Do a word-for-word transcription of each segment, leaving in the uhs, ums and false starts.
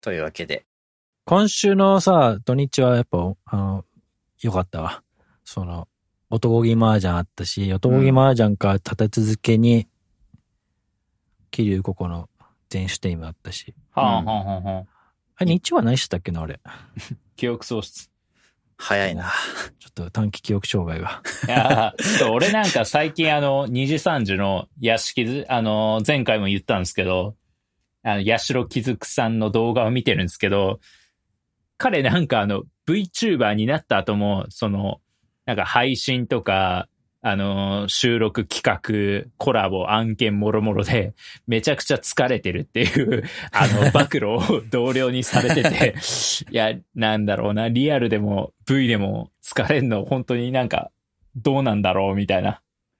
というわけで。 今週のさ、土日はやっぱ、あの、良かったわ。その、男気麻雀あったし、男気麻雀から立て続けに、桐生ココの全シュテイムあったし。 はあはあはあはあ。 あれ、日中は何してたっけな、俺。 記憶喪失。 早いな。 ちょっと短期記憶障害が。 いや、ちょっと俺なんか最近あの、にじさんじの屋敷図、あの、前回も言ったんですけど、あの、八代木津さんの動画を見てるんですけど、彼なんかあの、VTuber になった後も、その、なんか配信とか、あの、収録企画、コラボ、案件もろもろで、めちゃくちゃ疲れてるっていう、あの、暴露を同僚にされてて、いや、なんだろうな、リアルでも V でも疲れんの、本当になんか、どうなんだろう、みたいな。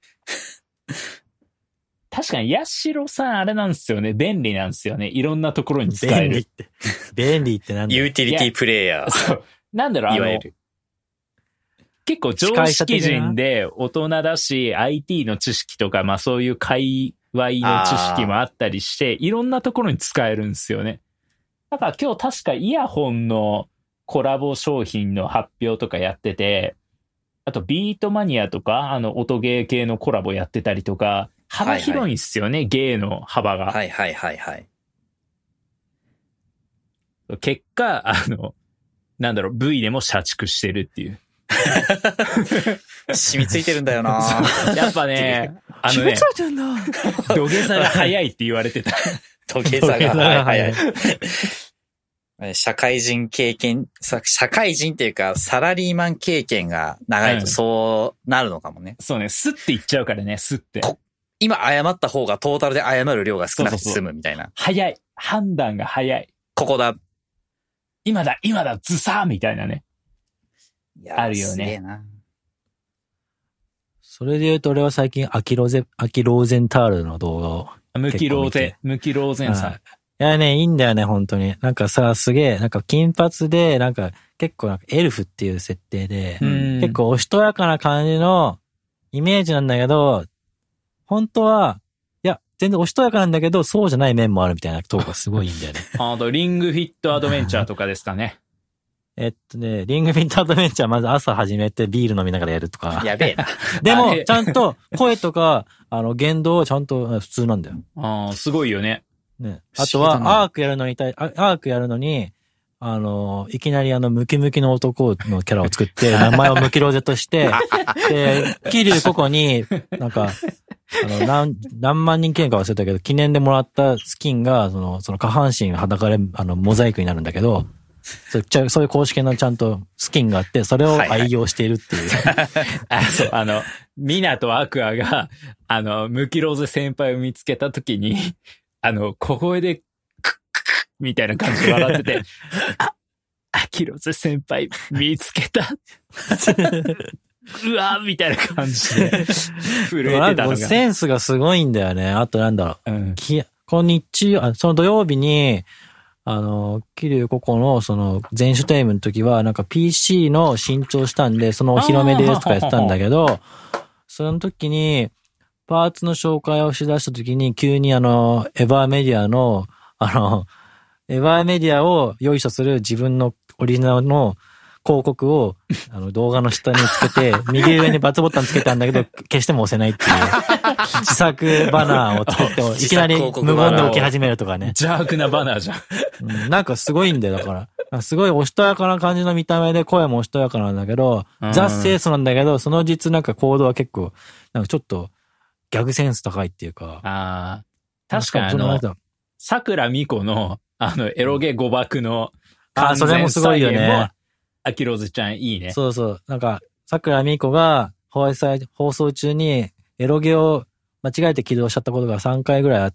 確かに、八代さんあれなんですよね、便利なんですよね。いろんなところに使える。 便利って。便利ってなんだユーティリティプレイヤー。 そう。なんだろう、あの、結構常識人で大人だし、アイティー の知識とか、まあそういう界隈の知識もあったりして、いろんなところに使えるんですよね。だから今日確かイヤホンのコラボ商品の発表とかやってて、あとビートマニアとか、あの音ゲー系のコラボやってたりとか、幅広いんですよね、はいはい、ゲーの幅が。 はいはいはいはい。 結果、あの、なんだろう、V でも社畜してるっていう。 染みついてるんだよなやっぱね、あのね、土下座が早いって言われてた。 土下座が早い。社会人経験、社会人っていうかサラリーマン経験が長いとそうなるのかもね。 うん、そうね、スッて言っちゃうからね、スッて。 今謝った方がトータルで謝る量が少なくて済むみたいな。そうそうそう、 早い。判断が早い。 ここだ。 今だ、今だ、ズサーみたいなね。 いやあるよね。 それで言うと俺は最近アキロゼ、アキローゼンタールの動画を。 ムキローゼ、ムキローゼンさん。 いやね、いいんだよね、本当に。なんかさ、すげえ、なんか金髪で、なんか結構なんかエルフっていう設定で、結構おしとやかな感じのイメージなんだけど、本当は、いや、全然おしとやかなんだけど、そうじゃない面もあるみたいなとこがすごいいいんだよね。 あと、リングフィットアドベンチャーとかですかね。 えっとね、リングフィットアドベンチャーまず朝始めてビール飲みながらやるとか。 やべえな。 でも、ちゃんと声とか、あの、言動はちゃんと普通なんだよ。 ああ、すごいよね。 ね。あとは、アークやるのに、アークやるのに、あの、いきなりあの、ムキムキの男のキャラを作って、名前をムキロゼとして、で、桐生ココに、なんか、あの、何、何万人記念か忘れたけど、記念でもらったスキンが、その、その下半身裸で、あの、モザイクになるんだけど、そうちゃそういう公式のちゃんとスキンがあって、それを愛用しているっていう。はいはい、 あ、そう、あの、ミナとアクアが、あの、ムキローゼ先輩を見つけたときに、あの、小声で、クックックッみたいな感じで笑ってて、あ、アキローゼ先輩見つけた。うわーみたいな感じで、震えてたのが。 センスがすごいんだよね。あとなんだろう。うん、きこんにちは、その土曜日に、あの、桐生ココのその全シュタイムの時はなんか ピーシー の新調したんで、そのお披露目ですとかやってたんだけど、その時にパーツの紹介をしだした時に急にあの、エヴァーメディアの、あの、エヴァーメディアをよいしょする自分のオリジナルの広告をあの動画の下につけて、右上にバツボタンつけたんだけど、決しても押せないっていう、自作バナーを作って、いきなり無言で起き始めるとかね。 邪悪なバナーじゃん。 うん、なんかすごいんだよ、だから。すごいおしとやかな感じの見た目で、声もおしとやかなんだけど、ザ・セースなんだけど、その実なんか行動は結構、なんかちょっと、ギャグセンス高いっていうか。 ああ。確かにあの、桜美子の、あの、エロゲ誤爆の、 あ、それもすごいよね。 アキローゼちゃんいいね。 そうそう。なんか、桜美子が放送中にエロゲを間違えて起動しちゃったことがさんかいぐらいあって、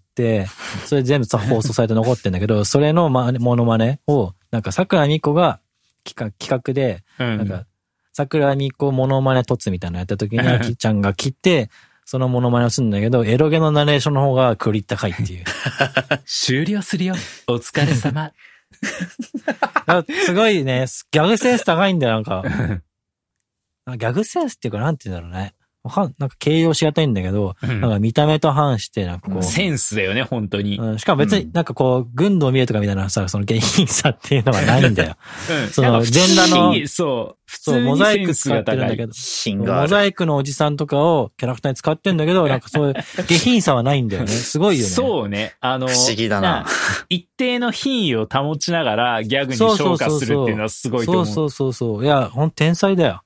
それ全部さ放送されて残ってんだけど、それのま、モノマネを、なんか桜美子が企画、企画で、うん、なんか、桜美子モノマネ凸みたいなのやった時に、あきちゃんが来て、そのモノマネをするんだけど、エロゲのナレーションの方がクオリティ高いっていう。 終了するよ。お疲れ様。 すごいね、ギャグセンス高いんだよ、なんか。ギャグセンスっていうか、なんて言うんだろうね。 はなんか形容しがたいんだけど、うん、なんか見た目と反して、なんかこう。 センスだよね、本当に。 うん、しかも別になんかこう、軍度を見るとかみたいなさ、その下品さっていうのがないんだよ。うん、その、全裸の、 そう、 普通にモザイク使ってるんだけど、モザイクのおじさんとかをキャラクターに使ってんだけど、なんかそういう下品さはないんだよね。すごいよね。 そうね。あの、 不思議だな。 一定の品位を保ちながらギャグに昇華するっていうのはすごいと思う。 そうそうそうそう。いや、ほんと天才だよ。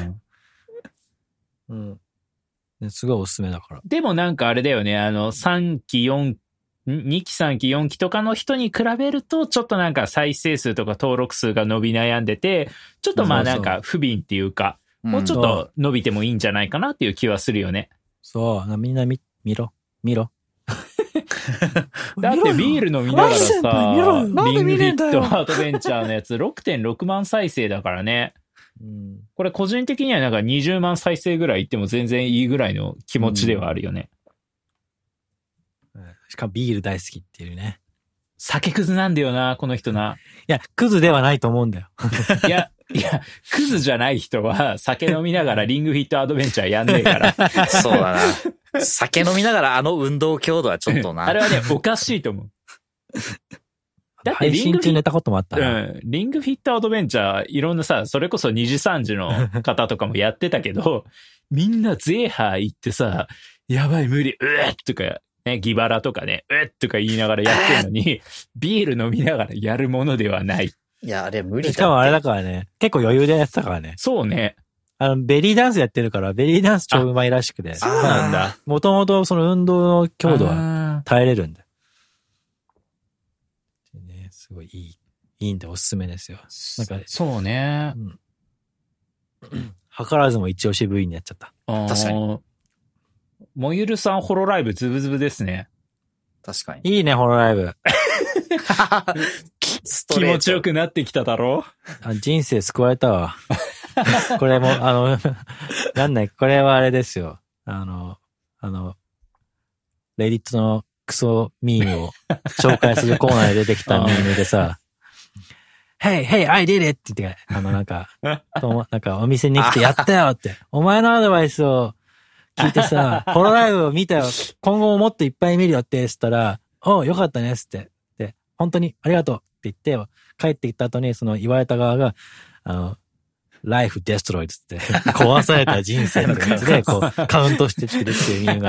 うん。うん。すごいおすすめだから。 でもなんかあれだよね、あの、さんき、よん、にき、さんき、よんきとかの人に比べると、ちょっとなんか再生数とか登録数が伸び悩んでて、ちょっとまあなんか不憫っていうか、そうそうもうちょっと伸びてもいいんじゃないかなっていう気はするよね。 そう、みんな見、見ろ、見ろ。 だってビール飲みながらさ、リングフィットアドベンチャーのやつ ろくてんろくまん再生だからね。うん、これ個人的にはなんかにじゅうまん再生ぐらいいっても全然いいぐらいの気持ちではあるよね。 うん、しかもビール大好きっていうね。 酒くずなんだよな、この人な。 いや、クズではないと思うんだよ。 いや、いや、クズじゃない人は酒飲みながらリングフィットアドベンチャーやんねえから。 そうだな。酒飲みながらあの運動強度はちょっとな。 あれはね、おかしいと思う。 だってリングフィット、寝たこともあったな。 うん。リングフィットアドベンチャー、いろんなさ、それこそにじさんじの方とかもやってたけど、みんなゼーハー行ってさ、やばい無理、うえっとか、ね、ギバラとかね、うえっとか言いながらやってるのに、ビール飲みながらやるものではない。 いや、あれ無理だって。 しかもあれだからね、結構余裕でやってたからね。 そうね。 あの、ベリーダンスやってるから、ベリーダンス超うまいらしくて。 そうなんだ。 もともとその運動の強度は耐えれるんだよ。ね、すごいいい、いいんでおすすめですよ。なんか、 そうね。うん。 図らずも一押し部員になっちゃった。 確かに。 もゆるさんホロライブズブズブですね。 確かに。 いいね、ホロライブ。 気持ちよくなってきただろあ、人生救われたわ。これも、あの、なんない、これはあれですよ。あの、あの、レディットのクソミームを紹介するコーナーで出てきたミームでさ、Hey, hey, I did it! って言って、あの、なんか、なんかお店に来てやったよって、お前のアドバイスを聞いてさ、ホロライブを見たよ。今後ももっといっぱい見るよって言ったら、おう、よかったねって。で、本当にありがとうって言って、帰ってきた後にその言われた側が、あの、ライフデストロイドって壊された人生ってやつでこうカウントしてってるっていうミームがあ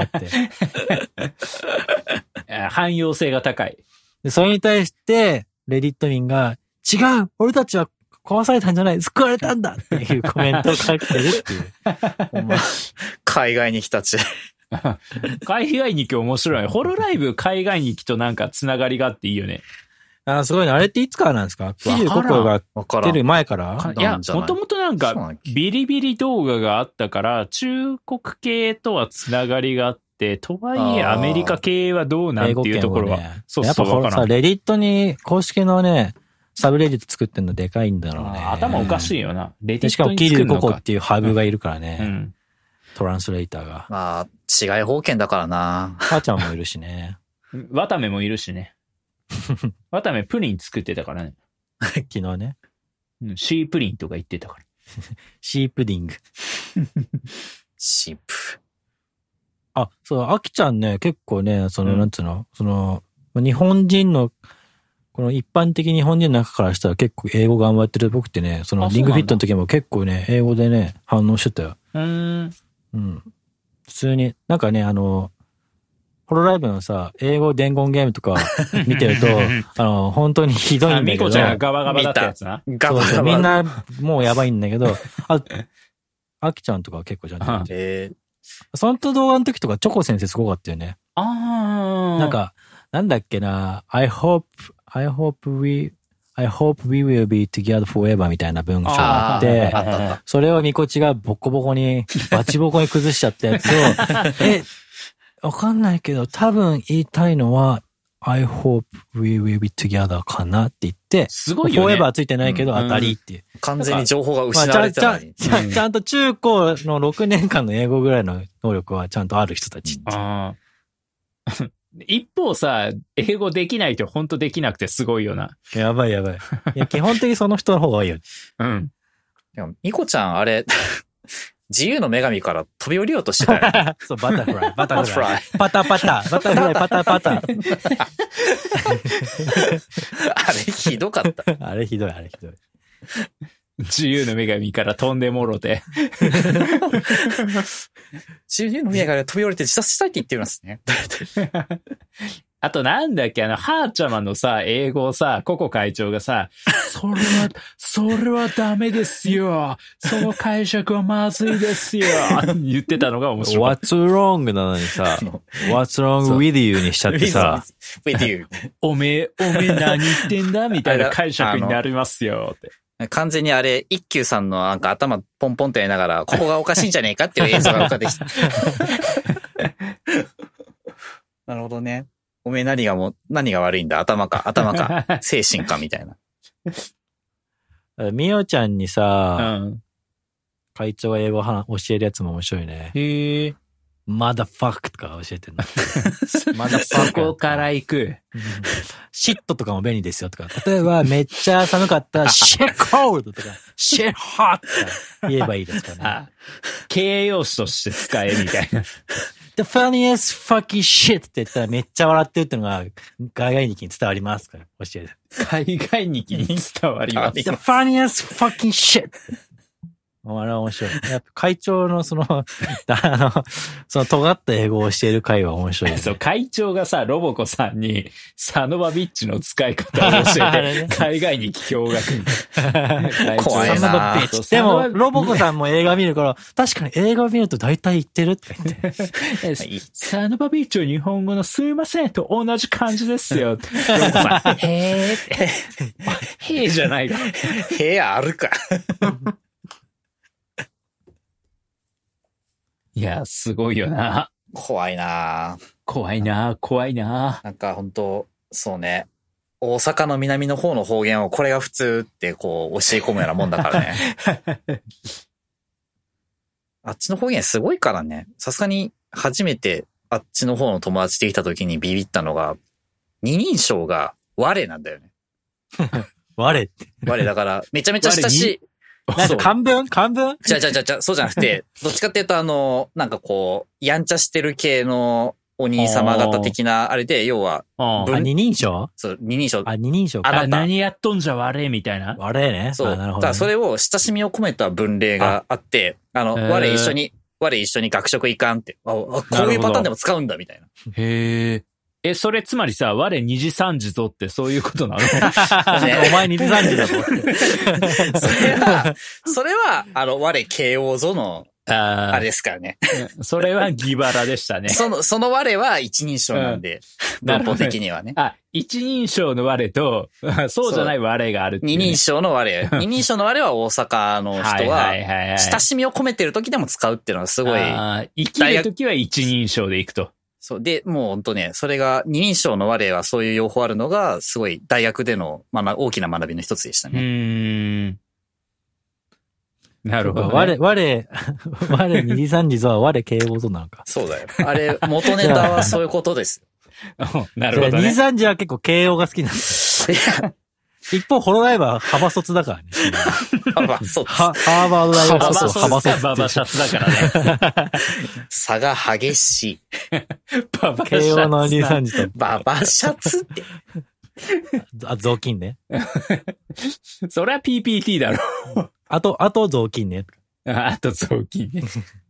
って汎用性が高い。 でそれに対してレディット民が違う俺たちは壊されたんじゃない救われたんだっていうコメントを書いてるっていう海外に来たち海外に来面白い。ホロライブ海外に来となんかつながりがあっていいよね。 あ、すごいね。あれっていつからなんですか？きゅうじゅうごこが出る前から？ いや、もともとなんか、ビリビリ動画があったから、中国系とはつながりがあって、とはいえアメリカ系はどうなんていうところは。ね、 そうそう。やっぱさ、レディットに公式のね、サブレディット作ってんのでかいんだろうね。 頭おかしいよな。レディットにしかもキリュウココっていうハブがいるからね。うん、トランスレーターが。 まあ、違い保険だからな。 母ちゃんもいるしね。 ワタメもいるしね。ワタメプリン作ってたからね。 昨日ね、 うん。シープリンとか言ってたから。 シープディング。 シープ。 あ、そう、アキちゃんね、結構ね、その、うん、なんつうの、その、日本人の、この一般的日本人の中からしたら結構英語頑張ってるっぽくてね、そのリングフィットの時も結構ね、英語でね、反応してたよ。 うーん。 うん。普通に、なんかね、あの、ホロライブのさ、英語伝言ゲームとか見てると、あの、本当にひどいんだけど。 ミコちゃんがガバガバだったやつな。 ガバガバ。 そうそう、みんなもうやばいんだけど、あ、アキちゃんとかは結構ちゃんと見て。 えー、 その動画の時とかチョコ先生すごかったよね。 ああ。 なんか、なんだっけな、I hope, I hope we, I hope we will be together forever みたいな文章があって、それをミコチがボコボコに、バチボコに崩しちゃったやつを、え、わかんないけど、多分言いたいのは、I hope we will be together かなって言って、 すごいよね。 フォーエバーついてないけど当たりっていう。 うん、完全に情報が失われてたのに、 まあちゃん。ちゃんと中高のろくねんかんの英語ぐらいの能力はちゃんとある人たちって。 あ一方さ、英語できないと本当できなくてすごいよな。 やばいやばい。いや、基本的にその人の方がいいよ。 うん。 でも、ミコちゃんあれ、 自由の女神から飛び降りようとしてたよね。 そう、バタフライ、バタフライ。 イ。 パタパタ、バタフライ、パタパタ。 あれひどかった。 あれひどい、あれひどい。 自由の女神から飛んでもろて。 自由の女神から飛び降りて自殺したいって言ってますね。 あとなんだっけ、あの、ハーチャマのさ、英語をさ、ココ会長がさ、それは、それはダメですよ。その解釈はまずいですよ。言ってたのが面白い。 What's wrong なのにさ、What's wrong with you にしちゃってさ、 with you。 おめえ、おめえ何言ってんだみたいな解釈になりますよって。 完全にあれ、一休さんのなんか頭ポンポンとやりながら、ここがおかしいんじゃねえかっていう映像が浮かんできた。なるほどね。おめえ何がも、何が悪いんだ頭か、頭か、精神かみたいな。 みおちゃんにさ、 うん、 会長が英語教えるやつも面白いね。 へえ。 マダファックとか教えてるの。 マダファック。そこから行く。 シットとかも便利ですよとか。例えばめっちゃ寒かったら、シェッコールドとか、シェッホッとか言えばいいですからね。 形容詞として使えみたいな。 The funniest fucking shit って言ったらめっちゃ笑ってるってのが海外日記に伝わりますから教える。 海外日記に伝わります。 The funniest fucking shit あれは面白い。やっぱ会長のその、あの、その尖った英語を教える会は面白い、ね。 そう、会長がさ、ロボコさんにサノバビッチの使い方を教えて、海外に驚愕。 怖いな。 サノバビッチ。でも、ロボコさんも映画見るから、確かに映画見ると大体言ってるって言って。 サノバビッチは日本語のすいませんと同じ感じですよ。ロボコさん、へー。へーじゃないか。 へーあるか。 いや、すごいよな。 怖いな。 怖いな、怖いな。 なんか本当そうね。大阪の南の方の方言をこれが普通ってこう教え込むようなもんだからね。あっちの方言すごいからね。さすがに初めてあっちの方の友達できた時にビビったのが、二人称が我なんだよね。 我って。 我だから、めちゃめちゃ親しい。 なんか漢文漢文じゃじゃじゃじゃ、そうじゃなくて、どっちかっていうとあの、なんかこう、やんちゃしてる系のお兄様方的な、あれで、要は、 あ、二人称そう、二人称。 あ、二人称か。 あ、何やっとんじゃ悪いみたいな。 悪いね。 そう。 あ、なるほど、ね。 だからそれを親しみを込めた文例があって、あ, あの、我一緒に、我一緒に学食行かんって。あ、こういうパターンでも使うんだ、みたいな。 へえ。え、それつまりさ、我二次三次ぞってそういうことなの？ ね、お前二次三次だと。 それは、それは、あの、我慶応ぞの、あ, あれですからね。 それはギバラでしたね。 その、その我は一人称なんで、うん、文法的にはね。 あ、一人称の我と、そうじゃない我があるっていう、ね。 二人称の我。二人称の我は大阪の人は、親しみを込めてる時でも使うっていうのはすごい。 生きる時は一人称でいくと。 そう。で、もう本当ね、それが二人称の我はそういう用法あるのが、すごい大学での、まあ、大きな学びの一つでしたね。 うーん。なるほど、ね。 我、我、我二次三次ぞは我敬語ぞなのか。 そうだよ。あれ、元ネタはそういうことですよ。なるほどね。 二次三次は結構敬語が好きなんです。一方、ホロライバーは幅卒だからね。 幅卒。 ハーバード大学卒幅卒。 ババシャツだからね。 差が激しい。 ババシャツ。 敬語の二次三次と。 ババシャツって。 あ、雑巾ね。 それは ピーピーティー だろ。 あと、あと雑巾ね。 あと雑巾ね。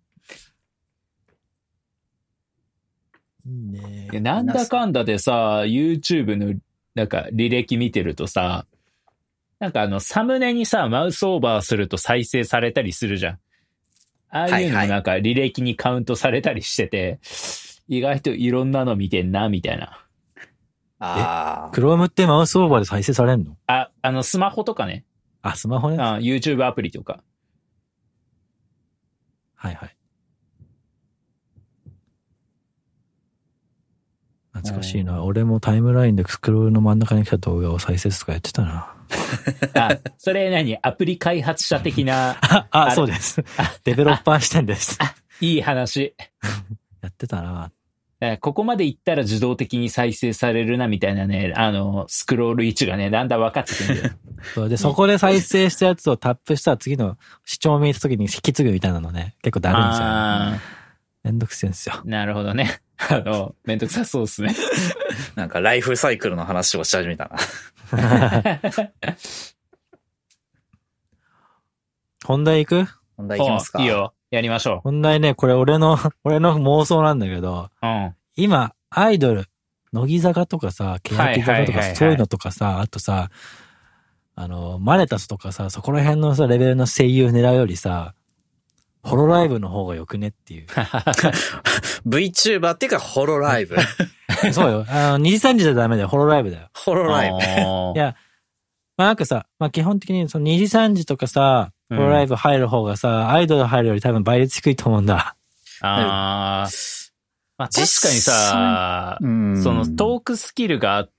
いいね。 なんだかんだでさ、YouTube のなんか履歴見てるとさ、なんかあのサムネにさ、マウスオーバーすると再生されたりするじゃん。ああいうのもなんか履歴にカウントされたりしてて、はいはい、意外といろんなの見てんな、みたいな。 ああ。 Chrome ってマウスオーバーで再生されんの？ あ、あのスマホとかね。 あ、スマホね。 あ、YouTube アプリとか。 はいはい。懐かしいな。俺もタイムラインでスクロールの真ん中に来た動画を再生とかやってたな。 あ、それ何？アプリ開発者的な。 あ、あ、そうです。デベロッパー視点です。 あ、いい話。 やってたな。 ここまで行ったら自動的に再生されるなみたいなね、あの、スクロール位置がね、だんだん分かってくるんだよ。 そうで、そこで再生したやつをタップしたら次の視聴見た時に引き継ぐみたいなのね、結構だるいんですよ、ね。めんどくせえんですよ。 なるほどね。あの、めんどくさそうですね。 なんかライフサイクルの話をし始めたな。 本題行く？ 本題行きますか。 いいよ。やりましょう。 本題ね、これ俺の、俺の妄想なんだけど、 うん、 今、アイドル、乃木坂とかさ、欅坂とかそういうのとかさ、あとさ、あの、マネタスとかさ、そこら辺のさ、レベルの声優狙うよりさ、ホロライブの方がよくねっていう。 VTuber っていうか、ホロライブ。 そうよ。あの、にじさんじじゃダメだよ。ホロライブだよ。 ホロライブ。 いや、まあなんかさ、まあ基本的にそのにじさんじとかさ、ホロライブ入る方がさ、うん、アイドル入るより多分倍率低いと思うんだ。 ああ。まあ確かにさ、うん、そのトークスキルがあって、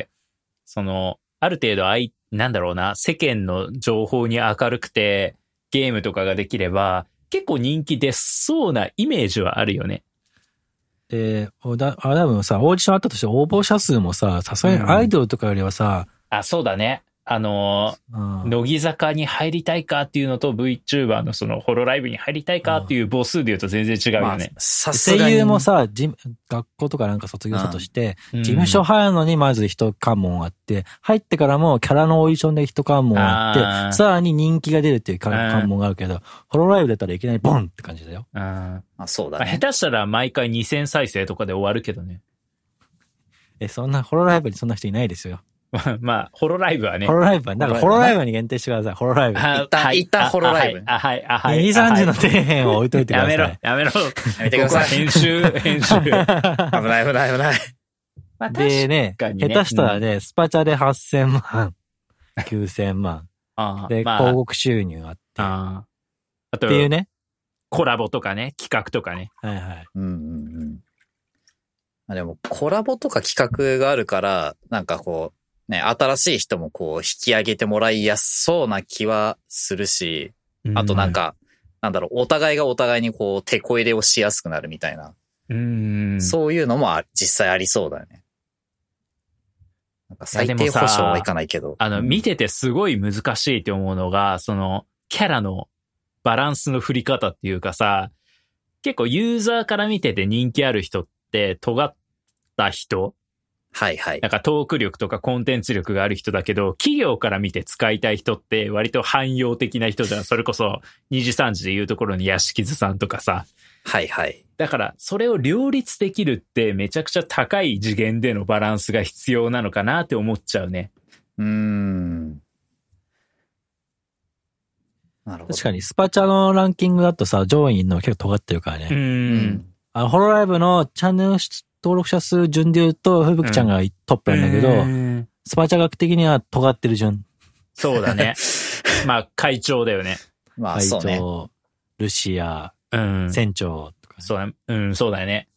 その、ある程度あい、なんだろうな、世間の情報に明るくて、ゲームとかができれば、結構人気出そうなイメージはあるよね。 で、だ、あ、多分さ、オーディションあったとして応募者数もさ、さすがにアイドルとかよりはさ、 うん、あ、そうだね。あの、うん、乃木坂に入りたいかっていうのと VTuber のそのホロライブに入りたいかっていう母数で言うと全然違うよね。 まあ、さすがに声優もさ、学校とかなんか卒業したとして、うん、事務所入るのにまず一関門あって、入ってからもキャラのオーディションで一関門あって、さらに人気が出るっていう関門があるけど、ホロライブ出たらいきなりボンって感じだよ。 ああ、そうだね。 下手したら毎回にせん再生とかで終わるけどね。 え、そんな、ホロライブにそんな人いないですよ。 まあ、ホロライブはね。 ホロライブは、なんかホロライブに限定してください。ホロライブ。 一旦、一旦ホロライブ。 あ、はい、あ、はい。 にじさんじの底辺を置いといてください。 やめろ、やめろ。 やめてください。 編集、編集。危ない、危ない、危ない。 でね、下手したらね、スパチャではっせんまん、きゅうせんまん。で、広告収入あって。 ああと、 っていうね。 コラボとかね、企画とかね。 はいはい。 うんうんうん。でも、コラボとか企画があるから、なんかこう、ね、新しい人もこう引き上げてもらいやすそうな気はするし、あとなんか、うん、なんだろう、お互いがお互いにこう、手こ入れをしやすくなるみたいな。 うん、 そういうのも実際ありそうだよね。なんか最低保障はいかないけど。 あの、見ててすごい難しいって思うのが、その、キャラのバランスの振り方っていうかさ、結構ユーザーから見てて人気ある人って、尖った人、 はいはい。 なんかトーク力とかコンテンツ力がある人だけど、企業から見て使いたい人って割と汎用的な人じゃん。それこそにじさんじで言うところに屋敷津さんとかさ。 はいはい。 だからそれを両立できるってめちゃくちゃ高い次元でのバランスが必要なのかなって思っちゃうね。 うーん。なるほど。 確かにスパチャのランキングだとさ、上位の結構尖ってるからね。 うーん。 あの、ホロライブのチャンネル登録者数順で言うと、ふぶきちゃんがトップなんだけど、うん、スパチャ学的には尖ってる順。 そうだね。まあ、会長だよね。 まあ、そうね。 会長、ルシア、 うん、 船長とか、ね。 そうだ、うん、そうだよね。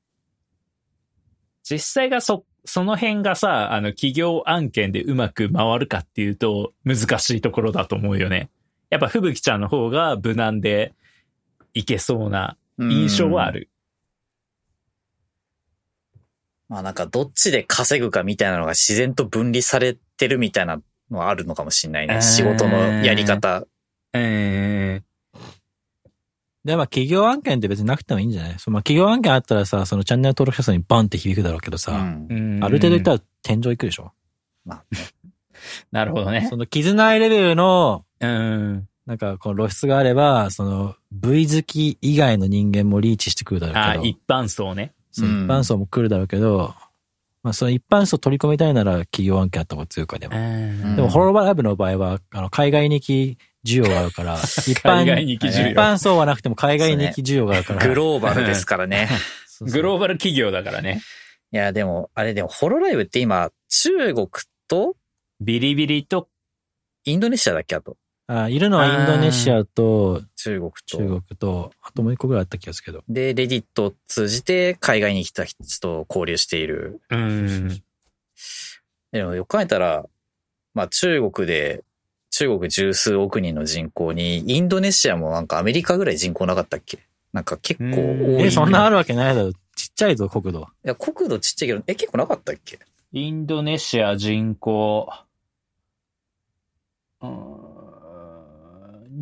実際がそ、その辺がさ、あの、企業案件でうまく回るかっていうと、難しいところだと思うよね。やっぱ、ふぶきちゃんの方が無難でいけそうな印象はある。 まあなんかどっちで稼ぐかみたいなのが自然と分離されてるみたいなのはあるのかもしれないね。仕事のやり方。 えー、 で、まあ企業案件って別になくてもいいんじゃない？そのまあ企業案件あったらさ、そのチャンネル登録者数にバンって響くだろうけどさ、うん、ある程度いったら天井行くでしょ？ まあ、ね、 なるほどね。 その絆レベルの、 うん、 なんかこの露出があれば、その V 好き以外の人間もリーチしてくるだろうけど。 あ、一般層ね。 そう、一般層も来るだろうけど、うん、まあその一般層取り込みたいなら企業案件あった方が強いかでも。でもホロライブの場合は、あの、海外に行き需要があるから、一般、 海外に行き需要。 一般層はなくても海外に行き需要があるから。 ね、グローバルですからね。 そうそうグローバル企業だからね。 いや、でも、あれでも、ホロライブって今、中国と、 ビリビリと、 インドネシアだっけあと。 あ、いるのはインドネシアと、 中国と、 中国と、あともう一個ぐらいあった気がするけど。 で、レディットを通じて海外に来た人と交流している。 うん。 でもよく考えたら、まあ中国で、中国十数億人の人口に、インドネシアもなんかアメリカぐらい人口なかったっけ？なんか結構多い。 え、そんなあるわけないだろ。ちっちゃいぞ、国土。いや、国土ちっちゃいけど、え、結構なかったっけ？ インドネシア人口、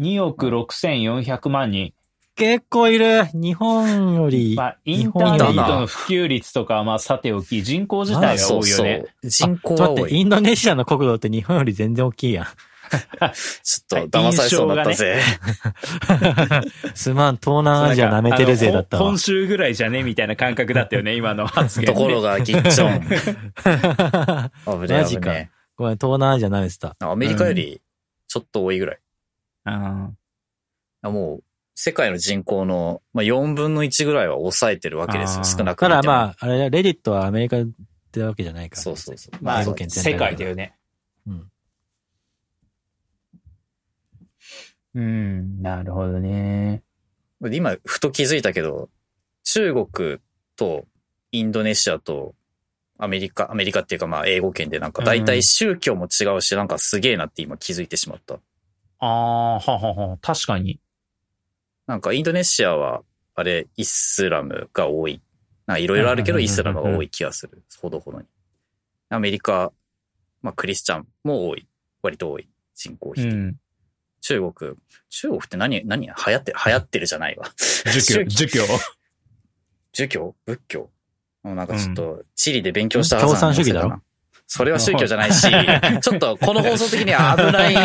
におくろくせんよんひゃくまんにん。 結構いる。日本より。 まあ、インターネットの普及率とかはまあさておき、人口自体が多いよね。そうそう人口は多い。 待って、インドネシアの国土って日本より全然大きいやん。 ちょっと騙されそうになったぜ。 ね、すまん、東南アジア舐めてるぜだったわ。 本州ぐらいじゃねみたいな感覚だったよね、今の発言、ね。 ところが、ギッチョン。危ねマジか。ごめん、東南アジア舐めてた。 アメリカよりちょっと多いぐらい。 うん、 もう、世界の人口の、まあ、よんぶんのいちぐらいは抑えてるわけですよ、少なくとも。ただまあ、あれ、レディットはアメリカってわけじゃないから。 そうそうそう。 まあ、世界だよね。 うん。 うん、なるほどね。 今、ふと気づいたけど、中国とインドネシアとアメリカ、アメリカっていうかまあ英語圏でなんか大体宗教も違うし、うん、なんかすげえなって今気づいてしまった。 ああ、ははは、確かに。 なんかインドネシアは、あれ、イスラムが多い。なんかいろいろあるけどイスラムが多い気がする。ほどほどに。アメリカ、まあクリスチャンも多い。割と多い。人口比。うん中国、中国って何、何流行って、流行ってるじゃないわ。 儒教、儒教。 儒教仏教もうなんかちょっと、地理で勉強したはずなんだけど。共産主義だろそれは宗教じゃないし、ちょっとこの放送的には危ない、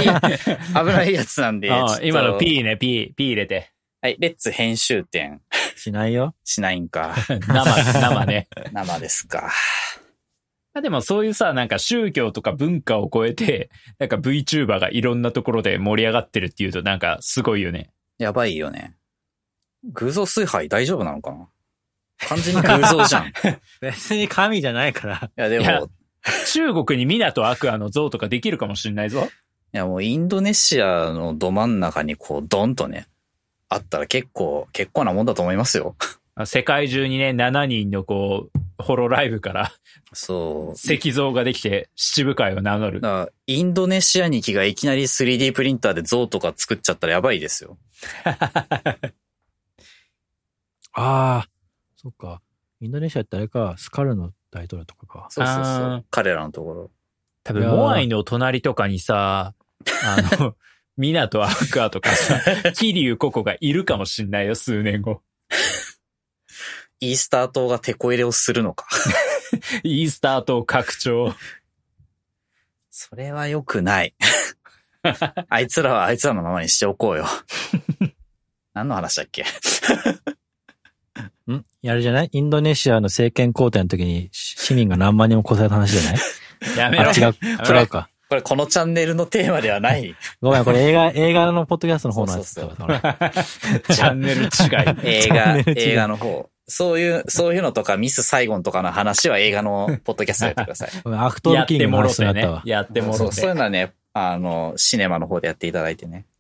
危ないやつなんで。 あ今の P ね、P、P 入れて。 はい、レッツ編集点。 しないよ。 しないんか。 生、生ね。 生ですか。 でもそういうさ、なんか宗教とか文化を超えて、なんか VTuber がいろんなところで盛り上がってるっていうとなんかすごいよね。 やばいよね。偶像崇拝大丈夫なのかな完全に偶像じゃん。 別に神じゃないから。いやでも。いや中国に港アクアの像とかできるかもしれないぞ。 いやもうインドネシアのど真ん中にこうドンとね、あったら結構、結構なもんだと思いますよ。 世界中にね、しちにんのこう、ホロライブから、 そう。 石像ができて、七部会を名乗る。 だからインドネシアにきがいきなり スリーディー プリンターで像とか作っちゃったらやばいですよ。 ああ、そっか。インドネシアってあれか、スカルの大統領とかか。 そうそうそう。彼らのところ。 多分、モアイの隣とかにさ、あの、ミナとアクアとかさ、キリュウココがいるかもしんないよ、数年後。 イースター島がテこ入れをするのか。 イースター島拡張。 それは良くない。あいつらはあいつらのままにしておこうよ。何の話だっけんやるじゃないインドネシアの政権交代の時に市民が何万人も殺された話じゃないやめろ。 あ、違う、違うか。 これこのチャンネルのテーマではない。 ごめん、これ映画、映画のポッドキャストの方なんですよ。チャンネル違い。 映画、映画の方。そういう、そういうのとかミスサイゴンとかの話は映画のポッドキャストでやってください。 アクトルキングの話になったわ。 やってもろてね。 そう、そういうのはね、あの、シネマの方でやっていただいてね。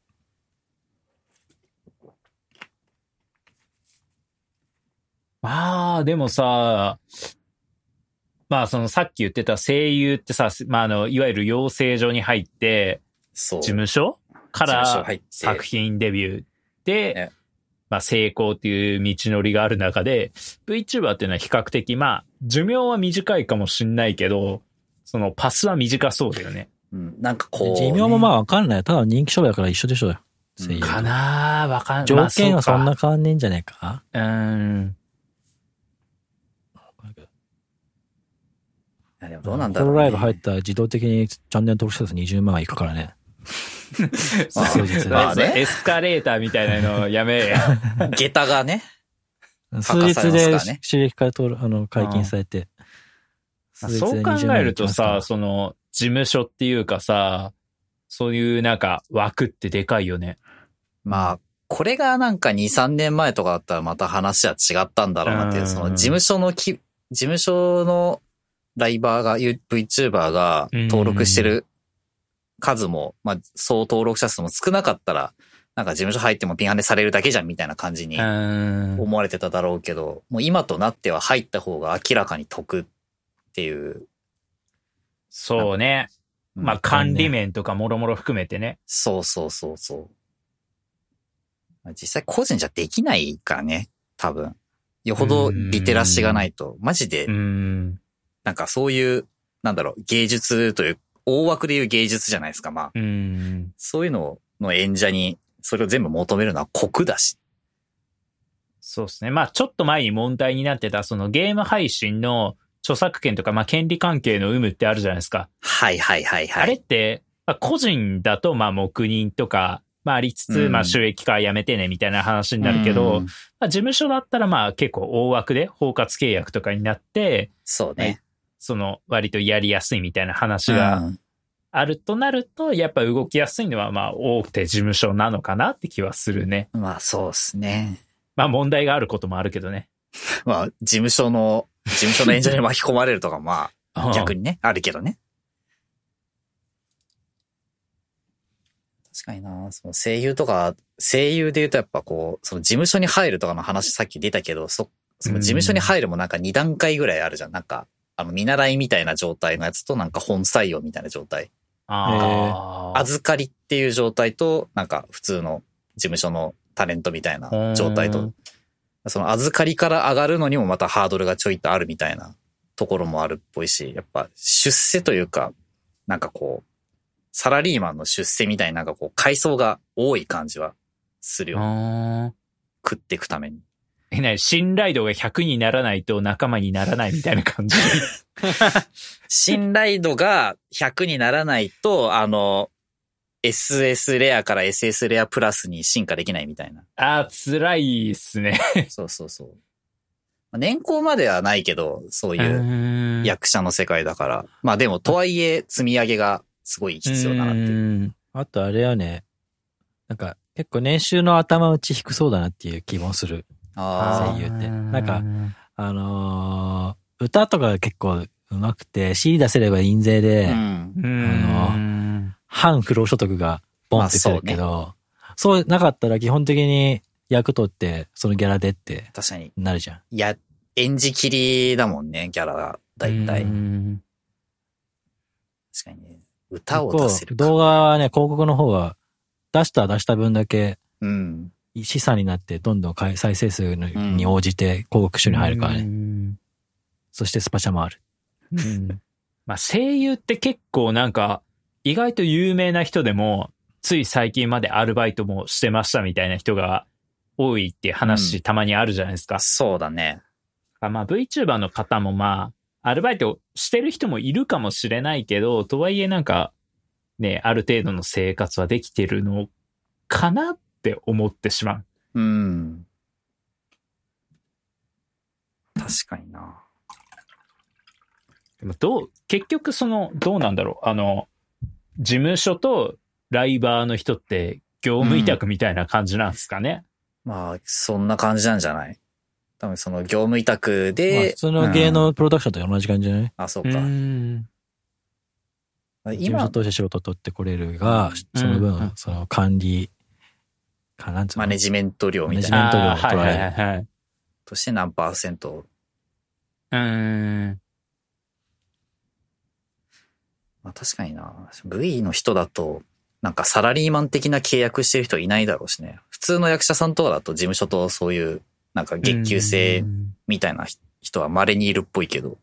ああ、でもさ、まあそのさっき言ってた声優ってさ、まああの、いわゆる養成所に入って、 そう。 事務所から作品デビューで、ね、まあ成功っていう道のりがある中で、VTuber っていうのは比較的、まあ寿命は短いかもしんないけど、そのパスは短そうだよね。 うん、なんかこう、ね。 寿命もまあわかんない。ただ人気商売だから一緒でしょうよ。 声優かなわかんない。 条件はそんな変わんねえんじゃねえか。 うーん。 いやでもどうなんだろう、ね。 ホロライブ入ったら自動的にチャンネル登録者数にじゅうまんはいくからね。 数日まあね。エスカレーターみたいなのやめえや。 下駄がね。 数日で収益化登録、あの、解禁されて。 そう考えるとさ、その、事務所っていうかさ、そういうなんか枠ってでかいよね。 まあ、これがなんかに、さんねんまえとかだったらまた話は違ったんだろうなっていう、その事務所のき、事務所のライバーが、VTuber が登録してる数も、まあ、総登録者数も少なかったら、なんか事務所入ってもピンハネされるだけじゃんみたいな感じに思われてただろうけど、もう今となっては入った方が明らかに得っていう。 そうね。まあ管理面とかもろもろ含めてね。 そうそうそうそう。実際個人じゃできないからね、多分。よほどリテラシーがないと、マジで、 うんなんかそういう、なんだろう、芸術という、大枠でいう芸術じゃないですか、まあ。 うんそういうのの演者にそれを全部求めるのは酷だし。 そうですね。まあちょっと前に問題になってた、そのゲーム配信の著作権とか、まあ権利関係の有無ってあるじゃないですか。 はいはいはいはい。 あれって、まあ、個人だとまあ黙認とか、まあありつつ、まあ収益化やめてねみたいな話になるけど、うん、まあ事務所だったらまあ結構大枠で包括契約とかになって、 そうね。 その割とやりやすいみたいな話があるとなると、やっぱ動きやすいのはまあ大手事務所なのかなって気はするね。 まあそうですね。 まあ問題があることもあるけどね。 まあ事務所の、事務所の炎上に巻き込まれるとかまあ逆にね、あるけどね。確かにな、その声優とか、声優で言うとやっぱこう、その事務所に入るとかの話さっき出たけど、そ、その事務所に入るもなんかに段階ぐらいあるじゃん。なんか、あの見習いみたいな状態のやつとなんか本採用みたいな状態。 ああ。預かりっていう状態と、なんか普通の事務所のタレントみたいな状態と、その預かりから上がるのにもまたハードルがちょいとあるみたいなところもあるっぽいし、やっぱ出世というか、なんかこう、サラリーマンの出世みたいななんかこう階層が多い感じはするよ、ね。食っていくために。 え、なに、信頼度がひゃくにならないと仲間にならないみたいな感じ。 信頼度がひゃくにならないと、あの、エスエス レアから エスエス レアプラスに進化できないみたいな。 ああ、辛いっすね。 そうそうそう。年功まではないけど、そういう役者の世界だから。まあでも、とはいえ積み上げがすごい必要だなっていう。 あとあれはね、なんか結構年収の頭打ち低そうだなっていう気もする。声優って。なんか、あのー、歌とか結構上手くて シーディー 出せれば印税で、うん、あのー、反不労所得がボンってくるけど、まあそうね、そうなかったら基本的に役取ってそのギャラでって確かになるじゃん。 いや、演じきりだもんね、ギャラがだいたい。確かにね。歌を出せるか。 動画はね、広告の方は出したら出した分だけ、 うん。 資産になってどんどん再生数に応じて広告収入入るからね。うん、そしてスパチャもある。 うん、まあ声優って結構なんか意外と有名な人でもつい最近までアルバイトもしてましたみたいな人が多いっていう話、うん、たまにあるじゃないですか。 そうだね。 まあ VTuber の方もまあアルバイトしてる人もいるかもしれないけど、とはいえなんかね、ある程度の生活はできてるのかなって思ってしまう。うん。確かにな。 でもどう、結局その、どうなんだろう。あの、事務所とライバーの人って業務委託みたいな感じなんですかね。 うん、まあ、そんな感じなんじゃない？多分その業務委託で。まあ、 普通の芸能プロダクションと同じ感じじゃない？うん、 あ、そうか。うん今、事務所として仕事を取ってこれるが、その分、うん、その管理、かなんつうの？ マネジメント料みたいな。 マネジメント料を取られる。はいはいはい。 として何パーセント？ うーん。 まあ確かにな。V の人だと、なんかサラリーマン的な契約してる人いないだろうしね。普通の役者さんとかだと事務所とそういう、なんか月給制みたいな人は稀にいるっぽいけど。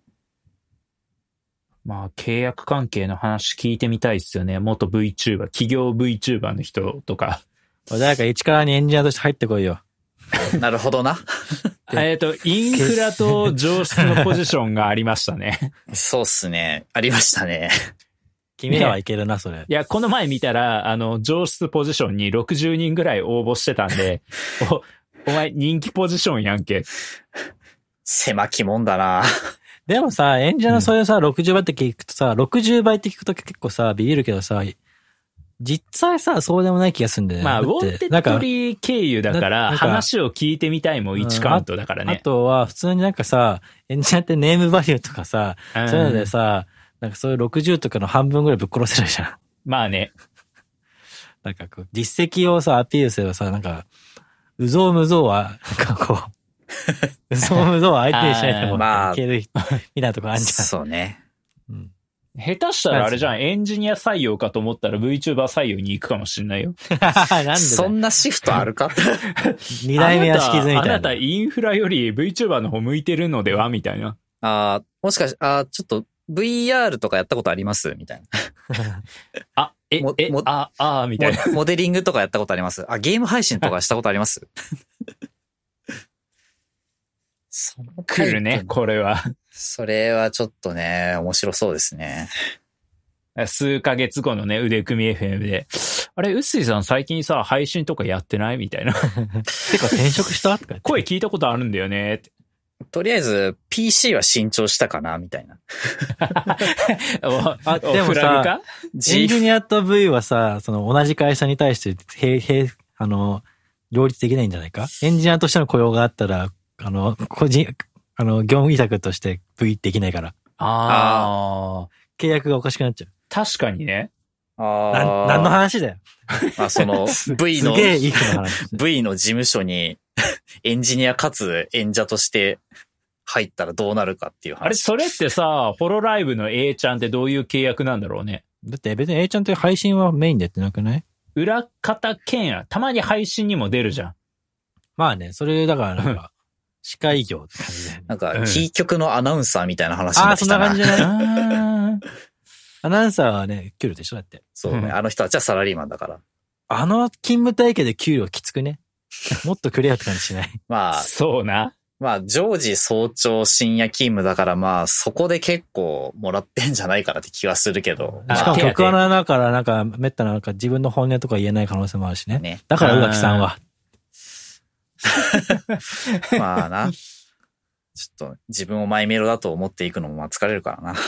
まあ契約関係の話聞いてみたいっすよね。元 VTuber、企業 VTuber の人とか。 誰か市川にエンジニアとして入ってこいよ。 なるほどな。 えっと、インフラと上質のポジションがありましたね。 そうっすね。ありましたね。 君らはいけるな、それ。 いや、この前見たら、あの、上質ポジションにろくじゅうにんぐらい応募してたんで、お、お前人気ポジションやんけ。 狭きもんだな。 でもさ、エンジニアのそういうさ、うん、ろくじゅうばいって聞くとさ、ろくじゅうばいって聞くと結構さ、ビビるけどさ、実際さ、そうでもない気がするんだよね。 まあ、ウォンテッドリー経由だから、話を聞いてみたいもいちカウントだからね、うんあ。あとは、普通になんかさ、エンジニアってネームバリューとかさ、うん、そういうのでさ、なんかそういうろくじゅうとかの半分ぐらいぶっ殺せるじゃん。 まあね。 なんかこう、実績をさ、アピールすればさ、なんか、うぞうむぞうは、なんかこう、うぞうむぞうは相手にしないでもいける、みたいなとこあるじゃん。 そうね。 うん。下手したらあれじゃん、エンジニア採用かと思ったら VTuber 採用に行くかもしんないよ。 なんでそんなシフトあるか二代目は敷きずみたいな。 あなたインフラより VTuber の方向いてるのではみたいな。 ああ、もしかし、ああ、ちょっと ブイアール とかやったことありますみたいな。 あ、 え、 もえ、 もあ、あ、みたいな。 モデリングとかやったことあります？あ、ゲーム配信とかしたことあります？そのタイプ来るね、これは。 それはちょっとね、面白そうですね。 数ヶ月後のね、腕組み エフエム で、あれ、うっすいさん最近さ、配信とかやってないみたいな。 てか転職したとか声聞いたことあるんだよねって。 とりあえず ピーシー は新調したかなみたいな。 あ、でもさ、エンジニアと V はさ、その同じ会社に対して、へへあの、両立できないんじゃないか？エンジニアとしての雇用があったら、あの、個人、あの、業務委託として V できないから。 ああ。 契約がおかしくなっちゃう。 確かにね。 ああ。 な、何の話だよ。 あ、その V の、 すげえいい話。 V の事務所にエンジニアかつ演者として入ったらどうなるかっていう話。 あれ、それってさ、ホロライブの A ちゃんってどういう契約なんだろうね。 だって別に A ちゃんって配信はメインでやってなくない？ 裏方兼や、たまに配信にも出るじゃん。 まあね、それだからなんか、司会業って感じだよね。 なんか、キー局のアナウンサーみたいな話になってきたな。 ああ、そんな感じじゃないアナウンサーはね、給料でしょだって。 そうね、うん、あの人たちはサラリーマンだから。 あの勤務体系で給料きつくね。もっとくれよって感じしない。 まあ、そうな。 まあ、常時早朝深夜勤務だからまあ、そこで結構もらってんじゃないかなって気はするけど。 しかも局アナだからなんか、めったななんか自分の本音とか言えない可能性もあるしね。ねだから宇垣さんは。 まあな。ちょっと自分をマイメロだと思っていくのもまあ疲れるからな。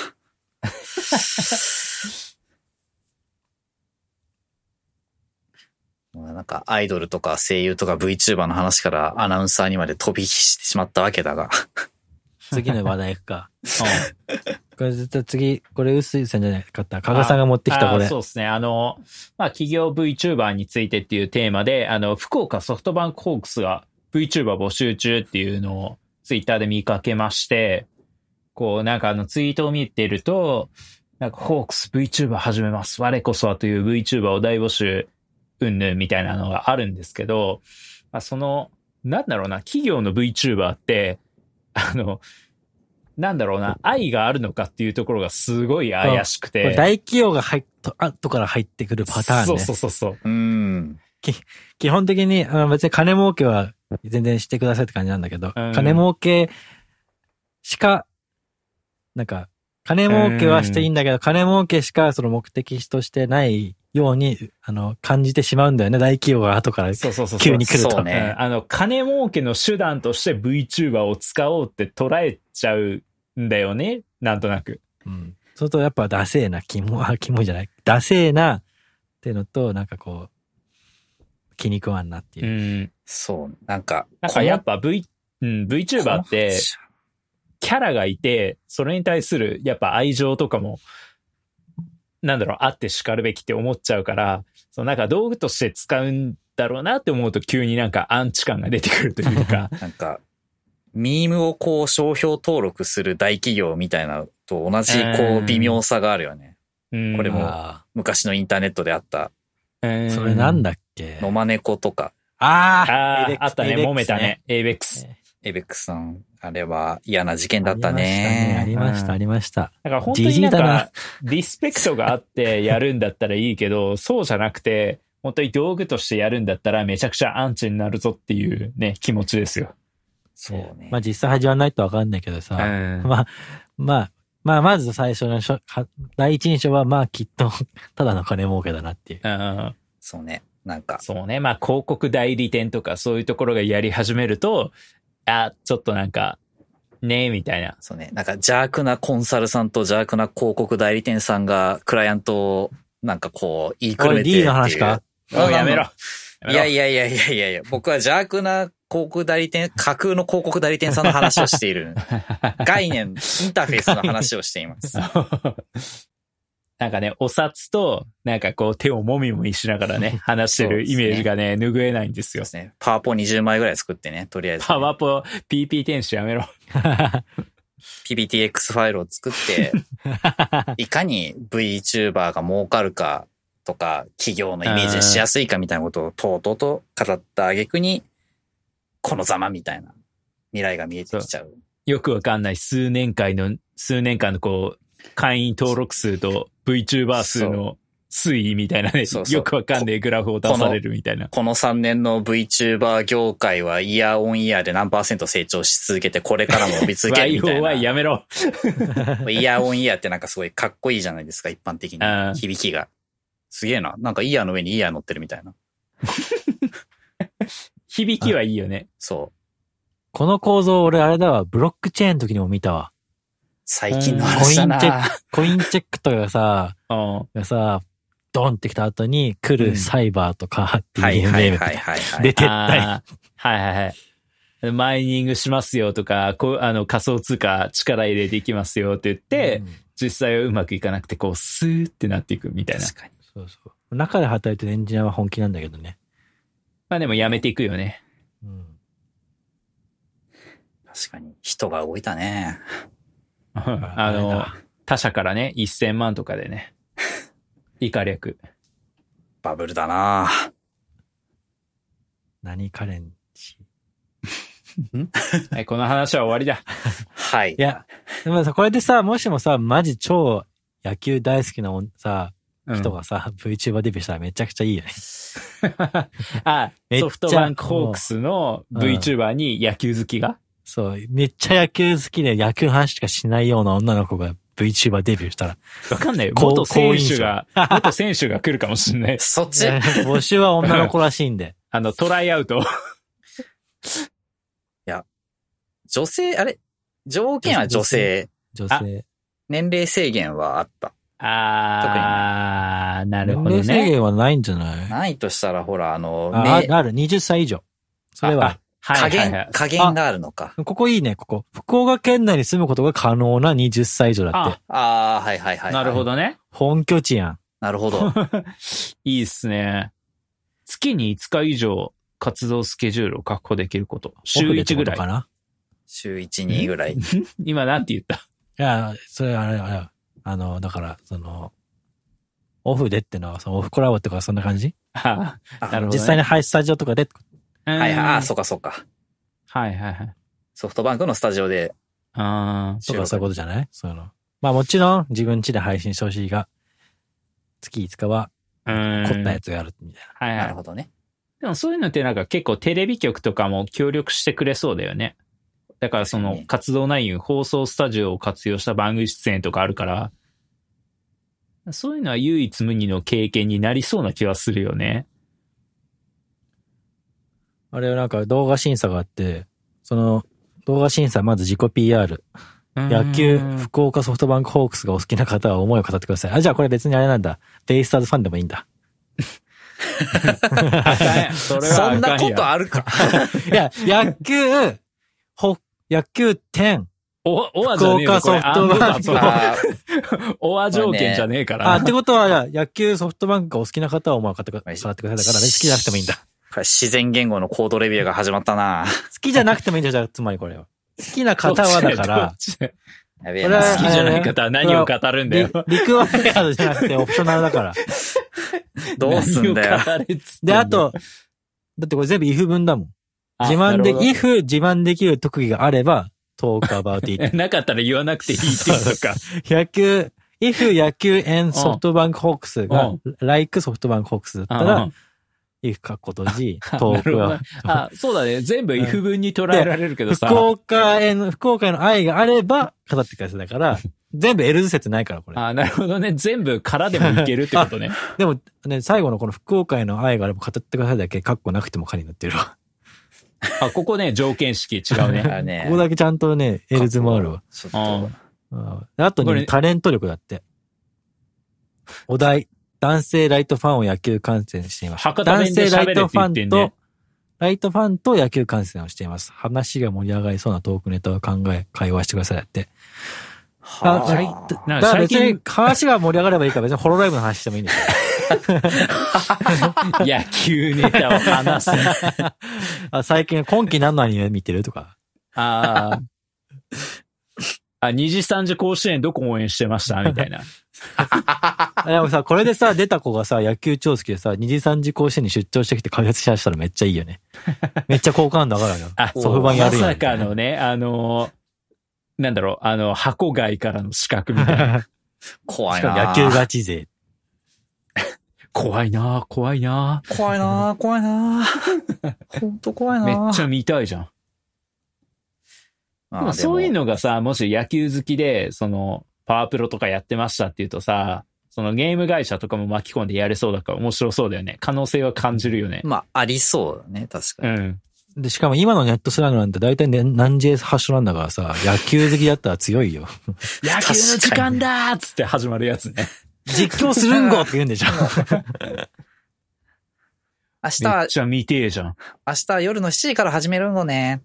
なんかアイドルとか声優とか VTuber の話からアナウンサーにまで飛び火してしまったわけだが。 次の話題行くか。うん、これ絶対次、これ薄いさんじゃないかった。加賀さんが持ってきたこれ。 そうですね。あの、まあ企業 VTuber についてっていうテーマで、あの、福岡ソフトバンクホークスが VTuber 募集中っていうのをツイッターで見かけまして、こうなんかあのツイートを見てると、なんかホークス VTuber 始めます。我こそはという VTuber を大募集。うんぬんみたいなのがあるんですけど、まあ、その、なんだろうな、企業の VTuber って、あの、なんだろうな、愛があるのかっていうところがすごい怪しくて。 大企業が入っと、後から入ってくるパターンね。 そうそうそうそう。 うん。 基本的に、あの別に金儲けは全然してくださいって感じなんだけど、うん、金儲けしか、なんか、金儲けはしていいんだけど、金儲けしかその目的としてないように、あの、感じてしまうんだよね。大企業が後から急に来ると。 そうね。あの、金儲けの手段として VTuber を使おうって捉えちゃうんだよね。なんとなく。 うん。そうするとやっぱダセーな、キモ、あ、キモいじゃない。ダセーなっていうのと、なんかこう、気に食わんなっていう。 うん。そう。なんか、 なんかやっぱ V、うん、VTuber って、キャラがいて、それに対するやっぱ愛情とかも、なんだろう、あって叱るべきって思っちゃうから、そのなんか道具として使うんだろうなって思うと急になんかアンチ感が出てくるというか。 なんか、ミームをこう商標登録する大企業みたいなのと同じこう微妙さがあるよね。これも昔のインターネットであった。 それなんだっけ？ ノマネコとか。 ああ、あったね、揉めたね。エイベックス。 エイベックスさん。あれは嫌な事件だったね。 ありました、ありました。 だから本当になんか、リスペクトがあってやるんだったらいいけど、そうじゃなくて、本当に道具としてやるんだったらめちゃくちゃアンチになるぞっていうね、気持ちですよ。 そうね。まあ実際始まらないとわかんないけどさ、 うん、 まあ、まあ、まあまず最初の第一印象はまあきっとただの金儲けだなっていう。 うん、 そうね。なんか。 そうね。まあ広告代理店とかそういうところがやり始めると、あ、ちょっとなんか、ねえ、みたいな。 そうね。なんか邪悪なコンサルさんと邪悪な広告代理店さんがクライアントをなんかこう言いくるめてっていう。 おい D の話か？ やめろ。 いやいやいやいやいやいや、僕は邪悪な広告代理店、架空の広告代理店さんの話をしている。概念、インターフェースの話をしています。 なんかね、お札と、なんかこう手をもみもみしながらね、話してるイメージがね、拭えないんですよ。 そうですね。パワポにじゅうまいぐらい作ってね、とりあえず、ね。 パワポ、ピーピー 天使やめろ。 ピーピーティーエックス ファイルを作って、いかに VTuber が儲かるかとか、企業のイメージにしやすいかみたいなことをとうとうと語った挙句に、このざまみたいな未来が見えてきちゃう。 よくわかんない数年間の、数年間のこう、会員登録数と VTuber 数の推移みたいなね。 そうそうよくわかんねえグラフを出されるみたいな。 このさんねんの VTuber 業界はイヤーオンイヤーで何パーセント成長し続けて、これからも伸び続けるみたいな。 ワイオーワイやめろ。 イヤーオンイヤーってなんかすごいかっこいいじゃないですか、一般的に。響きが。すげえな。なんかイヤーの上にイヤー乗ってるみたいな。 響きはいいよね。 そう。 この構造俺あれだわ、ブロックチェーンの時にも見たわ。 最近の話だな。 コインチェック、コインチェックとかがさ、 うんがさ、ドンってきた後に来るサイバーとかっていうネームで撤退。 はいはいはい。マイニングしますよとか、こうあの仮想通貨力入れていきますよって言って、うん、実際はうまくいかなくてこうスーってなっていくみたいな。 確かに。 そうそう。中で働いてるエンジニアは本気なんだけどね。 まあでもやめていくよね。 うん、 確かに。人が動いたね。 あの、他社からね、せんまんとかでね。以下略。 バブルだな何カレンチんはい、この話は終わりだ。 はい。 いや、でもさ、これでさ、もしもさ、マジ超野球大好きなさ、人がさ、うん、VTuber デビューしたらめちゃくちゃいいよね。 あ、ソフトバンクホークスの VTuber に野球好きが、うん、 そう、めっちゃ野球好きで野球の話しかしないような女の子がVTuber デビューしたら。 わかんないよ。元選手が、元選手が来るかもしんない。 そっち募集は女の子らしいんで。 あの、トライアウト。 いや、女性、あれ条件は女性。 女性。女性年齢制限はあった。 あー、なるほどね。 年齢制限はないんじゃない？ ないとしたら、ほら、あの、 あ、ね、ある。はたち以上。それは。 加減、はいはいはい、加減があるのか。 ここいいね、ここ。福岡県内に住むことが可能なはたち以上だって。 ああ、はいはいはい、はい。 なるほどね。 本拠地やん。 なるほど。 いいっすね。月にいつか以上活動スケジュールを確保できること。週いちぐらい。 かな週いち、にぐらい。 今なんて言った？ いや、それあれ、あれ、あの、だから、その、オフでってのは、そのオフコラボってかそんな感じ？ ああ、なるほど、ね。 実際にはい、スタジオとかで。 はいはい、ああ、そうかそうか。 はいはいはい。 ソフトバンクのスタジオで。 ああ。 とかそういうことじゃない？そういうの。まあもちろん自分家で配信してほしいが、月いつかは、凝ったやつがあるみたいな。はいはい。 なるほどね。 でもそういうのってなんか結構テレビ局とかも協力してくれそうだよね。だからその活動内容、放送スタジオを活用した番組出演とかあるから、そういうのは唯一無二の経験になりそうな気はするよね。 あれはなんか動画審査があって、その動画審査まず自己 ピーアール。野球、福岡ソフトバンクホークスがお好きな方は思いを語ってください。あ、じゃあこれ別にあれなんだ。ベイスターズファンでもいいんだ。 それはそんなことあるか。 いや、野球、ほ、野球点。 お、おはじゃねえよ。福岡ソフトバンク。おは条件じゃねえから。 あ、ってことは、野球ソフトバンクがお好きな方は思いを語ってください。だから、好きじゃなくてもいいんだ。 これ自然言語のコードレビューが始まったな。 好きじゃなくてもいいんだよ、じゃあ、つまりこれは。好きな方はだから、 やべえな。好きじゃない方は何を語るんだよ。 リクワイヤードじゃなくてオプショナルだから。 どうすんだよ。 で、あと、だってこれ全部 if 文だもん。自慢で、if 自慢できる特技があれば、talk about it。 なかったら言わなくていいってことか。 野球、if 野球 and ソフトバンクホークスが、like ソフトバンクホークスだったら、if かっこ閉じ、トークは。 あ、そうだね。全部 if 文に捉えられるけどさ。 福岡への、福岡への愛があれば、語ってください。だから、全部 エルズ 説ないから、これ。 あ、なるほどね。全部からでもいけるってことね。 でも、ね、最後のこの福岡への愛があれば語ってくださいだけ、カッコなくてもかになってるわ。 あ、ここね、条件式違うね。 ねここだけちゃんとね、エルズもあるわ。あ, あとね、タレント力だって。お題。男性ライトファンを野球観戦しています。男性ライトファンと、ライトファンと野球観戦をしています。話が盛り上がりそうなトークネタを考え、会話してくださいだって。はあ、だから別に話が盛り上がればいいから別にホロライブの話してもいいんですよ。 野球ネタを話す。 あ、最近今期何のアニメ見てるとか。 ああ。あ、二次三次甲子園どこ応援してましたみたいな。 でもさ、これでさ、出た子がさ、野球超好きでさ、二次三次甲子園に出張してきて開発しだしたらめっちゃいいよね。めっちゃ好感度上がるよ。 あ、ソフバンやるやん。まさかのね、あのー、なんだろう、あの、箱外からの資格みたいな。 怖いな。 野球ガチ勢。 怖いな怖いな怖いな怖いなほんと怖いなめっちゃ見たいじゃん。でもそういうのがさ、もし野球好きで、その、パワープロとかやってましたっていうとさ、そのゲーム会社とかも巻き込んでやれそうだから面白そうだよね。可能性は感じるよね。 まあ、ありそうだね、確かに。 うん。 で、しかも今のネットスラングなんて大体ね、何 ジェイ 発祥なんだからさ、野球好きだったら強いよ。 野球の時間だーっつって始まるやつね。 実況するんごって言うんでしょ。 明日は、 めっちゃ見てえじゃん。 明日夜のしちじから始めるんごね。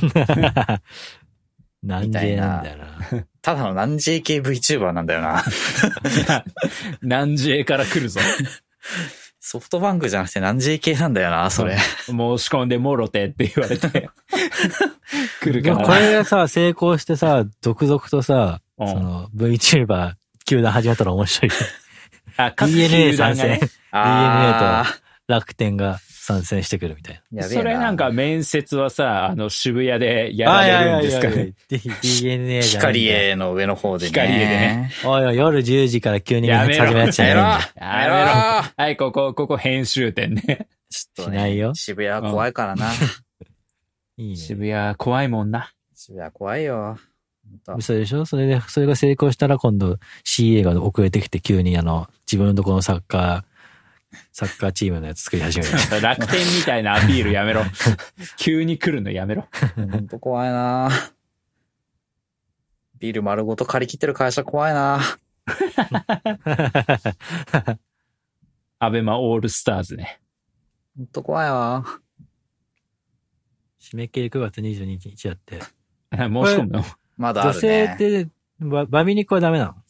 何 ジェイ なんだよな。 ただの何 ジェイ 系 VTuber なんだよな。 何 ジェイ から来るぞ。 ソフトバンクじゃなくて何 ジェイ 系なんだよな、それ。 申し込んでもろてって言われて。来るから。 これがさ、成功してさ、続々とさ、うん、その VTuber 球団始まったら面白い。 あ、 ディーエヌエー 参戦。 ね、 ディーエヌエー と楽天が参戦してくるみたいな。 それなんか面接はさ、あの渋谷でやられるんですかね。 ディーエヌエー じゃ光栄の上の方でね。 光栄でね。 おいおい、夜じゅうじから急に面接始めなっちゃうんだ。 やめろやめろはい、ここ、ここ編集点ね。 ちょっとね。しないよ。渋谷は怖いからな。 いいね。 渋谷怖いもんな。 渋谷怖いよ。 嘘でしょ？それで、それが成功したら今度 シーエー が遅れてきて急にあの、自分のところのサッカー、サッカーチームのやつ作り始める。 楽天みたいなアピールやめろ。急に来るのやめろ。 ほんと怖いなビール丸ごと借り切ってる会社怖いなアベマオールスターズね。 ほんと怖いわ。 締め切りくがつにじゅうににちやって。 申し込むのまだあるね。 女性ってバ、バビ肉はダメなの？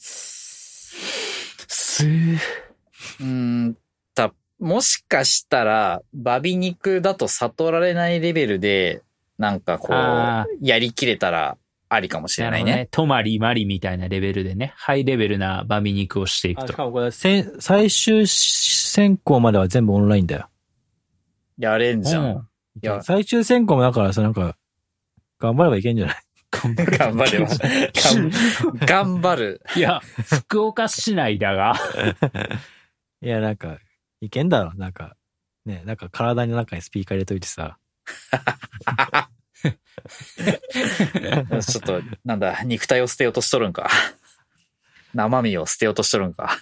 すー。 うーん、た、もしかしたら、バビ肉だと悟られないレベルで、なんかこう、やりきれたらありかもしれないね。 ねトマリマリみたいなレベルでね、ハイレベルなバビ肉をしていくと。 しかもこれ、最終選考までは全部オンラインだよ。 やれんじゃん。うん、 いや最終選考もだからさ、なんか、頑張ればいけんじゃない？ 頑張れば。頑張る。 いや、福岡市内だが。 いや、なんか、いけんだろ。なんか、ね、なんか体の中にスピーカー入れといてさ。 ちょっと、なんだ、肉体を捨てようとしとるんか。生身を捨てようとしとるんか。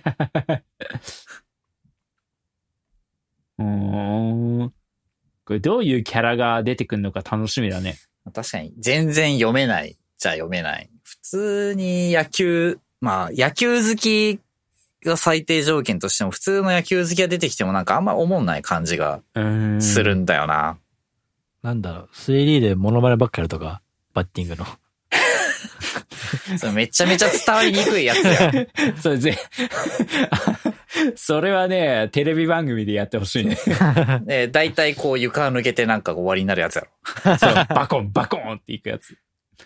うーん。これどういうキャラが出てくるのか楽しみだね。 確かに、全然読めないじゃ読めない。普通に野球、まあ、野球好きが最低条件としても、普通の野球好きが出てきてもなんかあんま思んない感じがするんだよな。 なんだろう、スリーディー でモノマネばっかりとか、バッティングの。 それめちゃめちゃ伝わりにくいやつや。 それぜ、それはね、テレビ番組でやってほしいね。 ね、だいたいこう床抜けてなんか終わりになるやつやろ。そう、バコンバコンっていくやつ。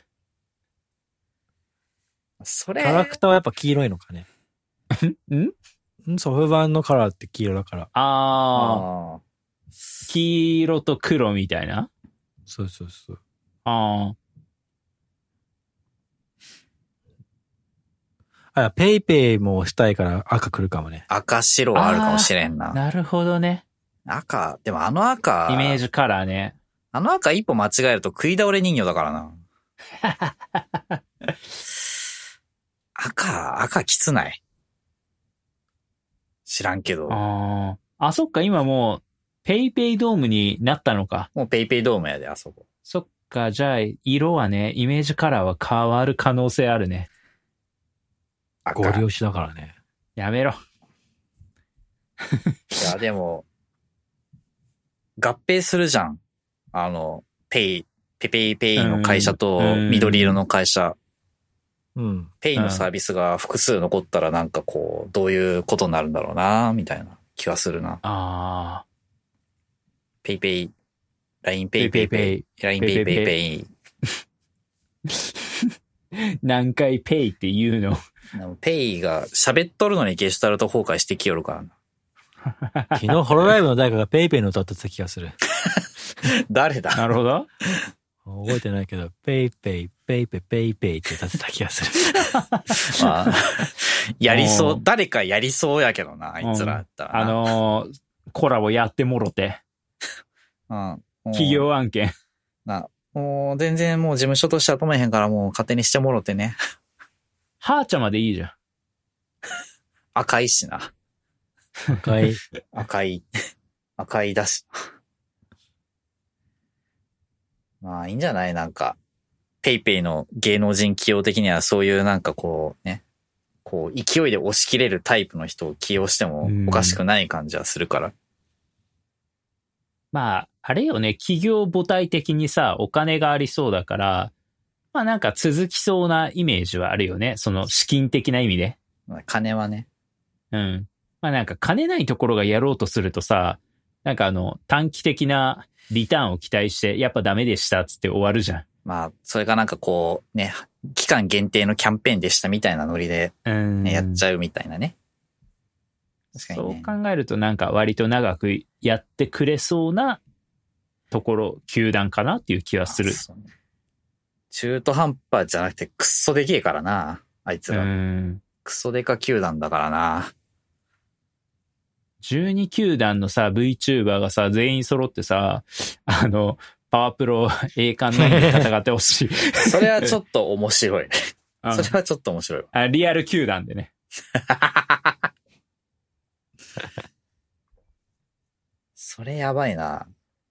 それ。 キャラクターはやっぱ黄色いのかね。んんソフ版のカラーって黄色だから。 ああ。黄色と黒みたいな？ そうそうそう。 ああ。 あ、ペイペイもしたいから赤来るかもね。 赤白はあるかもしれんな。 なるほどね。 赤、でもあの赤。 イメージカラーね。 あの赤一歩間違えると食い倒れ人形だからな。赤、赤きつない。知らんけど。 ああ。あ、そっか、今もう、ペイペイドームになったのか。 もうペイペイドームやで、あそこ。 そっか、じゃあ、色はね、イメージカラーは変わる可能性あるね。 ゴリ押しだからね。 やめろ。 いや、でも、合併するじゃん。あの、ペイ、ペペイペイの会社と緑色の会社。 うん。 ペイのサービスが複数残ったらなんかこう、どういうことになるんだろうな、みたいな気はするな。 ああ。 ペイペイ、ラインペイペイペイ、ラインペイペイペイ。 何回ペイって言うの？ ペイが喋っとるのにゲシュタルト崩壊してきよるからな。昨日ホロライブの誰かがペイペイの歌ってた気がする。 誰だ？ なるほど。 覚えてないけど、ペイペイペイペイペイペイって立てた気がする。 まあ、やりそう、誰かやりそうやけどな、あいつらだったらな。 あのー、コラボやってもろて。 うん。 企業案件。 な、もう全然もう事務所としては止めへんからもう勝手にしてもろてね。 はーちゃんまでいいじゃん。 赤いしな。 赤い。 赤い。赤いだし。まあいいんじゃないなんか、ペイペイの芸能人起用的にはそういうなんかこうね、こう勢いで押し切れるタイプの人を起用してもおかしくない感じはするから。 まあ、あれよね、企業母体的にさ、お金がありそうだから、まあなんか続きそうなイメージはあるよね。その資金的な意味で。 まあ、金はね。 うん。まあなんか金ないところがやろうとするとさ、なんかあの短期的なリターンを期待してやっぱダメでしたっつって終わるじゃん。 まあ、それがなんかこうね、期間限定のキャンペーンでしたみたいなノリで、ね、うんやっちゃうみたいなね。 確かにね。そう考えるとなんか割と長くやってくれそうなところ、球団かなっていう気はする。 中途半端じゃなくてクッソでけえからな、あいつら。うんクソデカ球団だからな。 じゅうに球団のさ、VTuber がさ、全員揃ってさ、あの、パワープロ栄冠のみで戦ってほしい。 それはちょっと面白い。それはちょっと面白い。 あ、リアル球団でね。 それやばいな。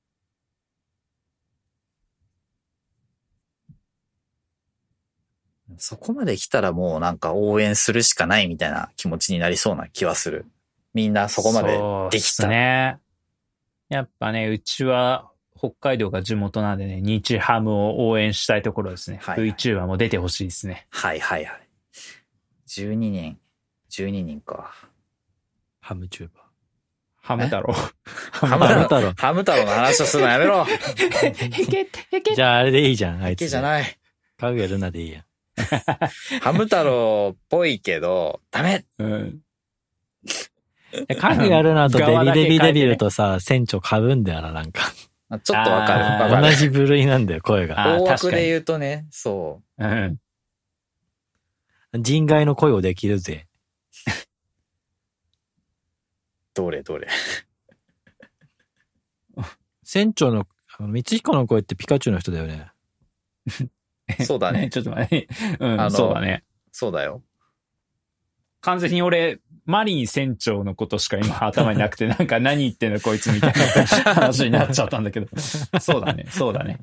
そこまで来たらもうなんか応援するしかないみたいな気持ちになりそうな気はする。みんなそこまでできた。 そうね。やっぱね、うちは北海道が地元なんでね、日ハムを応援したいところですね。はいはい、VTuber も出てほしいですね。 はいはいはい。じゅうににん、じゅうににんか。 ハムチューバー。 ハム太郎。 ハム太郎。ハム太郎の話をするのやめろ。 へけ、へけ。 じゃああれでいいじゃん、あいつ。 へけじゃない。 かぐやルナでいいやん。 ハム太郎っぽいけど、ダメ。うん。 かぐやルナとデビデビデビルとさ、船長被んだよな、なんか。 ちょっとわかる。わかる同じ部類なんだよ、声が。 大枠で言うとね、そう。うん。 人外の声をできるぜ。 どれどれ。 船長の、光彦の声ってピカチュウの人だよね。 そうだね。 ちょっと待って。うん、そうだね。 そうだよ。 完全に俺、マリン船長のことしか今頭になくて、なんか何言ってんのこいつみたいな話になっちゃったんだけど。そうだね、そうだね。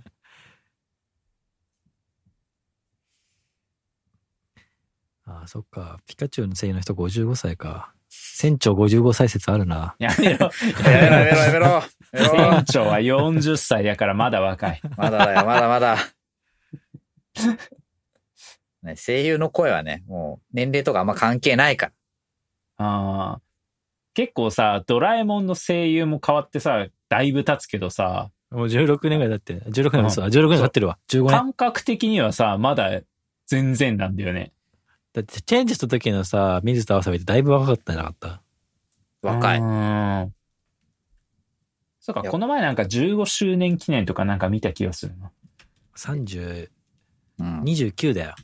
ああ、そっか。ピカチュウの声優の人ごじゅうごさいか。船長ごじゅうごさい説あるな。 やめろ。 やめろやめろやめろ。 船長はよんじゅっさいだからまだ若い。 まだだよ、まだまだ。ね、声優の声はね、もう年齢とかあんま関係ないから。 ああ。結構さ、ドラえもんの声優も変わってさ、だいぶ経つけどさ。 もうじゅうろくねんぐらい経ってる。じゅうろくねんそう、じゅうろくねん経ってるわ。じゅうごねん。 感覚的にはさ、まだ全然なんだよね。 だってチェンジした時のさ、水田わさびってだいぶ若かったんじゃなかった？ 若い。 うん。そうか、この前なんかじゅうごしゅうねん記念とかなんか見た気がするな。 さんじゅう、うん、にじゅうきゅうだよ。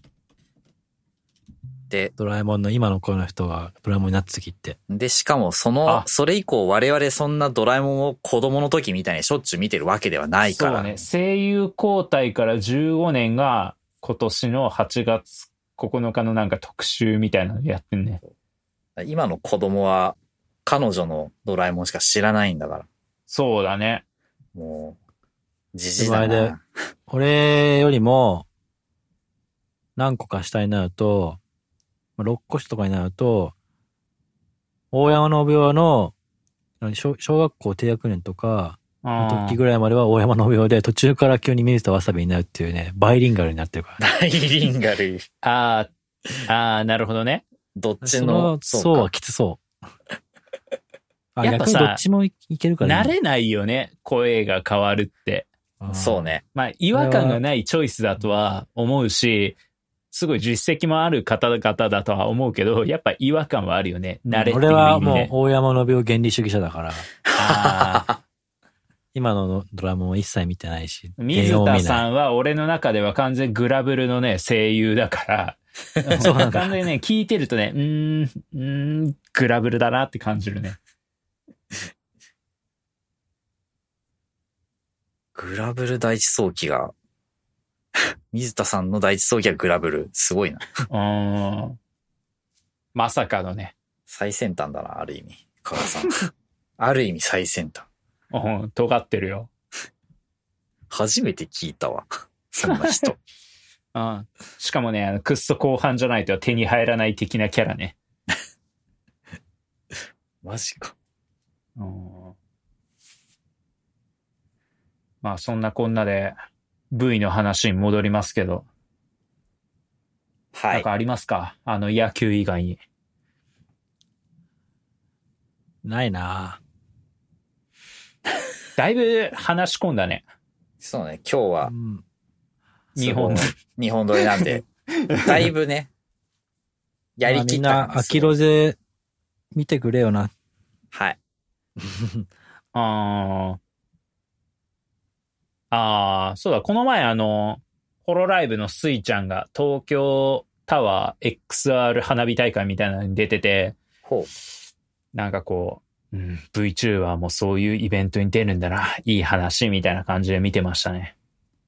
で、 ドラえもんの今の声の人がドラえもんになった時って。 で、しかもその、それ以降我々そんなドラえもんを子供の時みたいにしょっちゅう見てるわけではないから。 そうね。声優交代からじゅうごねんが今年のはちがつここのかのなんか特集みたいなのやってんね。 今の子供は彼女のドラえもんしか知らないんだから。 そうだね。 もう、じじだな。 で俺よりも何個か下になると、ろっこ下とかになると、大山信夫の小、小学校低学年とか、の時ぐらいまでは大山信夫で、途中から急に水田わさびになるっていうね、バイリンガルになってるから、 ね。バイリンガル。 ああ、ああ、なるほどね。 どっちの。 そうそうはきつそう。あ、やっぱさ、どっちもいけるから、 ね。慣れないよね、声が変わるって。 そうね。 まあ、違和感がないチョイスだとは思うし、すごい実績もある方々だとは思うけど、やっぱ違和感はあるよね。慣れっていう意味で。 俺はもう大山信夫原理主義者だから。あ今のドラマも一切見てないし。 水田さんは俺の中では完全グラブルのね、声優だから、そうなんだ。完全にね、聞いてるとね、うーん、うーん、グラブルだなって感じるね。 グラブル第一早期が、水田さんの第一早期はグラブル。すごいな。 うん。まさかのね。 最先端だな、ある意味。加賀さん。ある意味最先端。 うん、尖ってるよ。 初めて聞いたわ。そんな人。 うん。しかもね、あの、クッソ後半じゃないと手に入らない的なキャラね。 マジか。 うん。まあ、そんなこんなで V の話に戻りますけど。 はい。 なんかありますか？あの、野球以外に。 ないなぁ。 だいぶ話し込んだね。 そうね、今日は、 うん、 日本、 日本撮りなんで、だいぶね、やりきった、 まあ。みんな、アキロゼ見てくれよな。 はい。 ああ。ああ、そうだ、この前あの、ホロライブのスイちゃんが東京タワー エックスアール 花火大会みたいなのに出てて、 ほう。 なんかこう、うん、VTuber もそういうイベントに出るんだな、いい話みたいな感じで見てましたね。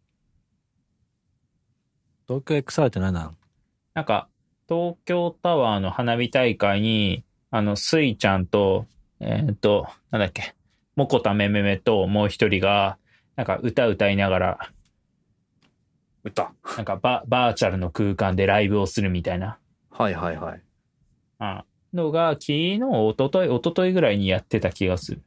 東京 エックスアール って何なの？ なんか、東京タワーの花火大会に、あの、スイちゃんと、えっと、なんだっけ、モコタメメメともう一人が、なんか歌歌いながら、 歌なんかババーチャルの空間でライブをするみたいな。 はいはいはい。 あのが、昨日、一昨日、一昨日ぐらいにやってた気がする。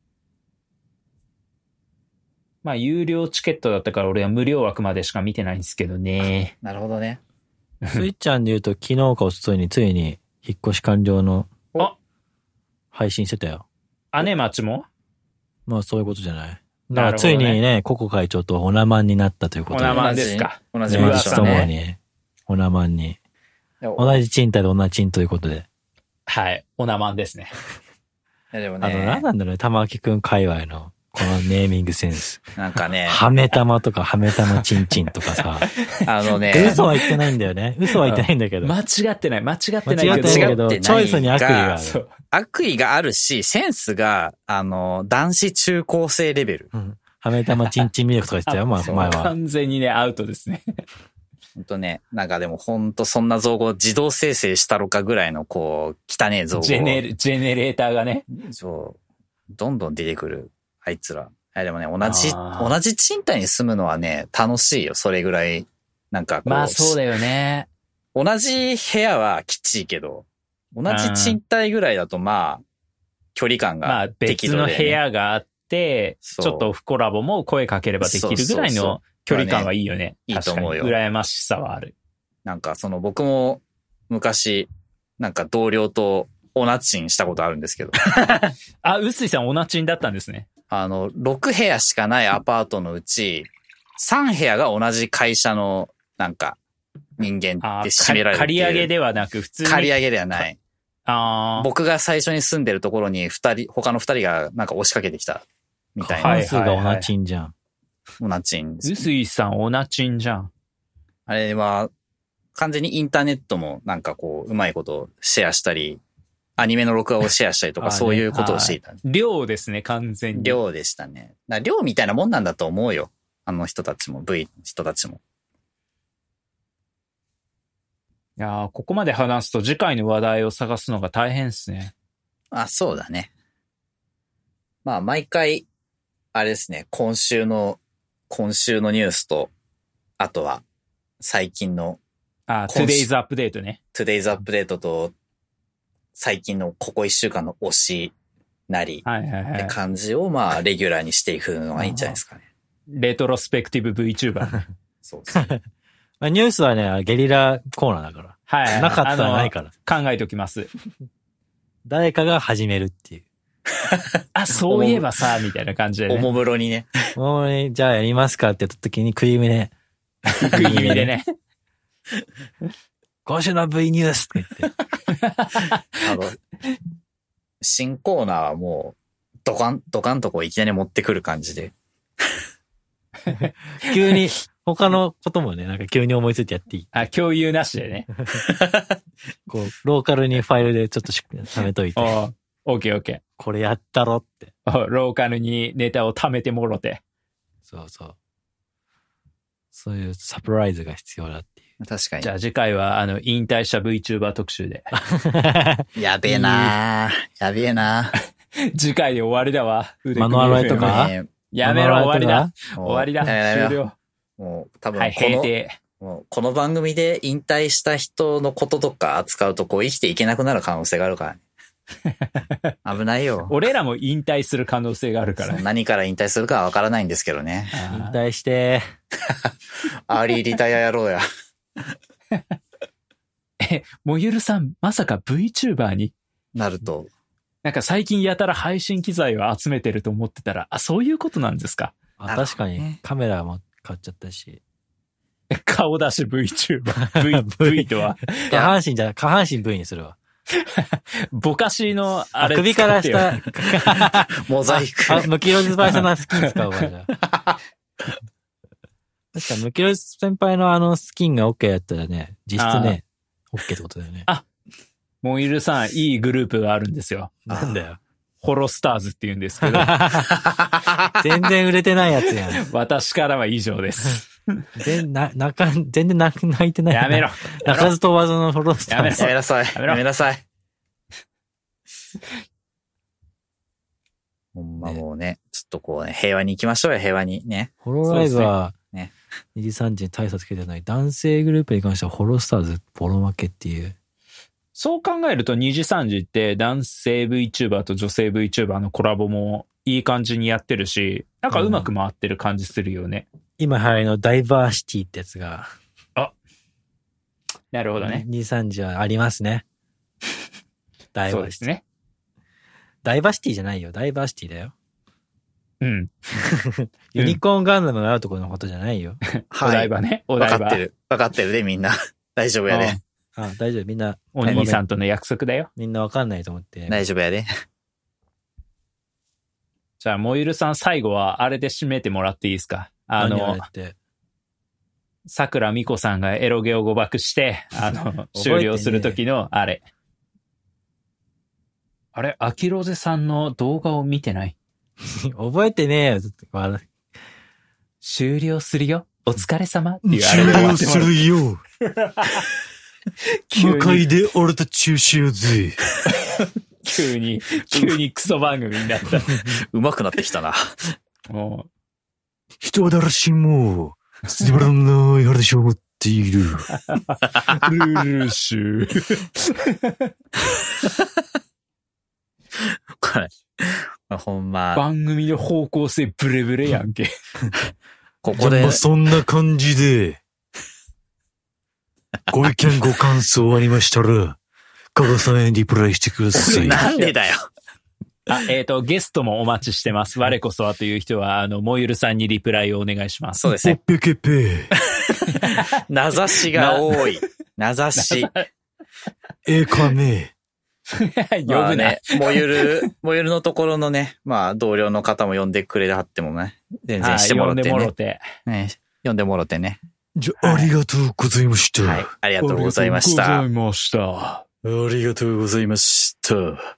まあ、有料チケットだったから俺は無料枠までしか見てないんですけどね。 なるほどね。 スイッチャンで言うと昨日か一昨日についに引っ越し完了の配信してたよ。 姉町も？ まあそういうことじゃない。だからついにね、ココ会長とオナマンになったということで。 オナマンですか。 同じマンションね。 に、オナマンに。同じ賃貸で同じ賃ということで。 はい。オナマンですね。 いやでもね。 あの、なんなんだろうね、玉木くん界隈の、このネーミングセンス。 なんかね。 ハメ玉とかハメ玉チンチンとかさ。 あのね。 嘘は言ってないんだよね。嘘は言ってないんだけど。 間違ってない。間違ってないけど。 間違ってないけど、チョイスに悪意がある。 悪意があるし、センスが、あの、男子中高生レベル。 うん。ハメ玉チンチンミルクとか言ってたよ、まあ、前は。 完全にね、アウトですね。 ほんとね、なんかでもほんとそんな造語自動生成したろかぐらいのこう、汚ねえ造語。 ジェネ、ジェネレーターがね。 そう。どんどん出てくる、あいつら。いやでもね、同じ、同じ賃貸に住むのはね、楽しいよ、それぐらい。なんかこう。 まあそうだよね。 同じ部屋はきついけど、同じ賃貸ぐらいだとまあ、距離感が適度で、ね。まあ別の部屋があって、ちょっとオフコラボも声かければできるぐらいの距離感はいいよね。 いいと思うよ。 羨ましさはある。 なんかその僕も昔、なんか同僚とオナチンしたことあるんですけど。 あ、うすいさんオナチンだったんですね。 あの、ろくへやしかないアパートのうち、さんへやが同じ会社の、なんか、人間で占められる。 借り上げではなく、普通に。 借り上げではない。 あ僕が最初に住んでるところに二人、他の二人がなんか押しかけてきた。みたいな。 関数がオナチンじゃん。 オナチン。 うすいさんオナチンじゃん。 あれは、完全にインターネットもなんかこう、うまいことシェアしたり、アニメの録画をシェアしたりとか、そういうことをしていた。 量ですね、完全に。 量でしたね。だ量みたいなもんなんだと思うよ。あの人たちも、V 人たちも。 いやー、ここまで話すと次回の話題を探すのが大変ですね。 あ、そうだね。まあ、毎回、あれですね、今週の、今週のニュースと、あとは、最近の、 あ、Today's Update ね。 Today's Update と、最近のここ一週間の推しなり、 はいはいはい。 って感じを、まあ、レギュラーにしていくのがいいんじゃないですかね。 レトロスペクティブ VTuber。 そうそう。 ニュースはね、ゲリラコーナーだから。 はい。 なかったらないから。 考えておきます。 誰かが始めるっていう。 あ、そういえばさ、みたいな感じでね。 おもむろにね。 もうね、じゃあやりますかって言った時に食い気味で。 食い気味でね。 今週の V ニュースって言って。 あの、新コーナーはもうドカン、ドカンとこういきなり持ってくる感じで。 急に、他のこともね、なんか急に思いついてやっていい。 あ、共有なしでね。 こう、ローカルにファイルでちょっと貯めといて。 おオッケーオッケー。 これやったろって。 ローカルにネタを貯めてもろて。 そうそう。そういうサプライズが必要だっていう。 確かに。 じゃあ次回は、あの、引退した VTuber 特集で。 やべえなー。やべえなー。次回で終わりだわ。 マノアライとか、 ね、やめろ、終わりだ。終わりだ。終了。 もう多分この、 はい、閉廷。 もうこの番組で引退した人のこととか扱うとこう生きていけなくなる可能性があるからね。危ないよ。 俺らも引退する可能性があるから、ね。 何から引退するかはわからないんですけどね。 引退して。 アーリーリタイアやろうや。 え、もゆるさん、まさか VTuber になると。 なんか最近やたら配信機材を集めてると思ってたら、あ、そういうことなんですか。 あ、確かに。カメラも買っちゃったし。 顔出し VTuber。V、V とは。 下半身じゃ、下半身 V にするわ。 ぼかしのあれ。 首から下。 モザイク。 あ、ムキロズパイさんのスキン使うわ、じゃあ。確かムキロズ先輩のあのスキンが OK だったらね、実質ね、OK ってことだよね。 あ、もゆるさん、いいグループがあるんですよ。 なんだよ。 ホロスターズって言うんですけど。 全然売れてないやつやん。 私からは以上です。 全、な、なか、全然泣いてない。 やめろ。 泣かず飛ばずのホロスターズ。 やめなさい。やめなさい。ほんまもうね、ちょっとこうね、平和に行きましょうよ、平和にね。 ホロライブは、 ね。 にじさんじに大差つけてない。男性グループに関してはホロスターズボロ負けっていう。 そう考えるとにじさんじって男性 VTuber と女性 VTuber のコラボもいい感じにやってるし、なんかうまく回ってる感じするよね。 うん、今流行りのダイバーシティってやつが。 あ、なるほどね。 にじさんじはありますね。ダイバーシティ。そうですね。ダイバーシティじゃないよ。ダイバーシティだよ。 うん。 ユニコーンガンダムがあるところのことじゃないよ。 はい。お台場ね。お台場。 わかってる。わかってるで、みんな。大丈夫やで。 ああ、大丈夫。みんな。 お兄さんとの約束だよ。 みんなわかんないと思って。 大丈夫やで。 じゃあ、もゆるさん最後はあれで締めてもらっていいですか？あの、桜美子さんがエロゲを誤爆して、あの、終了する時のあれ。あれ、秋ロゼさんの動画を見てない？ 覚えてねえよ。 終了するよ。お疲れ様っていうあれ。終了するよ。向かいで俺たち中止よぜ。 急に、急にクソ番組になった。 上手くなってきたな。 もう。 人は誰しも、つまらない話を持っている。ルールシュー。 これ、ほんま。 番組の方向性ブレブレやんけ。 ここで。そんな感じで。ご意見ご感想ありましたら、加賀さんへリプライしてください。 なんでだよ。 あ、えっと、ゲストもお待ちしてます。我こそはという人は、あの、もゆるさんにリプライをお願いします。 そうですね。 ペケペ。 名指しが多い。名指し。 ええかね。 呼ぶね。 もゆる、もゆるのところのね、まあ、同僚の方も呼んでくれはってもね、全然してもらってね。 呼んでもろて。 ね、呼んでもろてね。 じゃあ、ありがとうございました。 はい、ありがとうございました。 ありがとうございました。 ありがとうございました。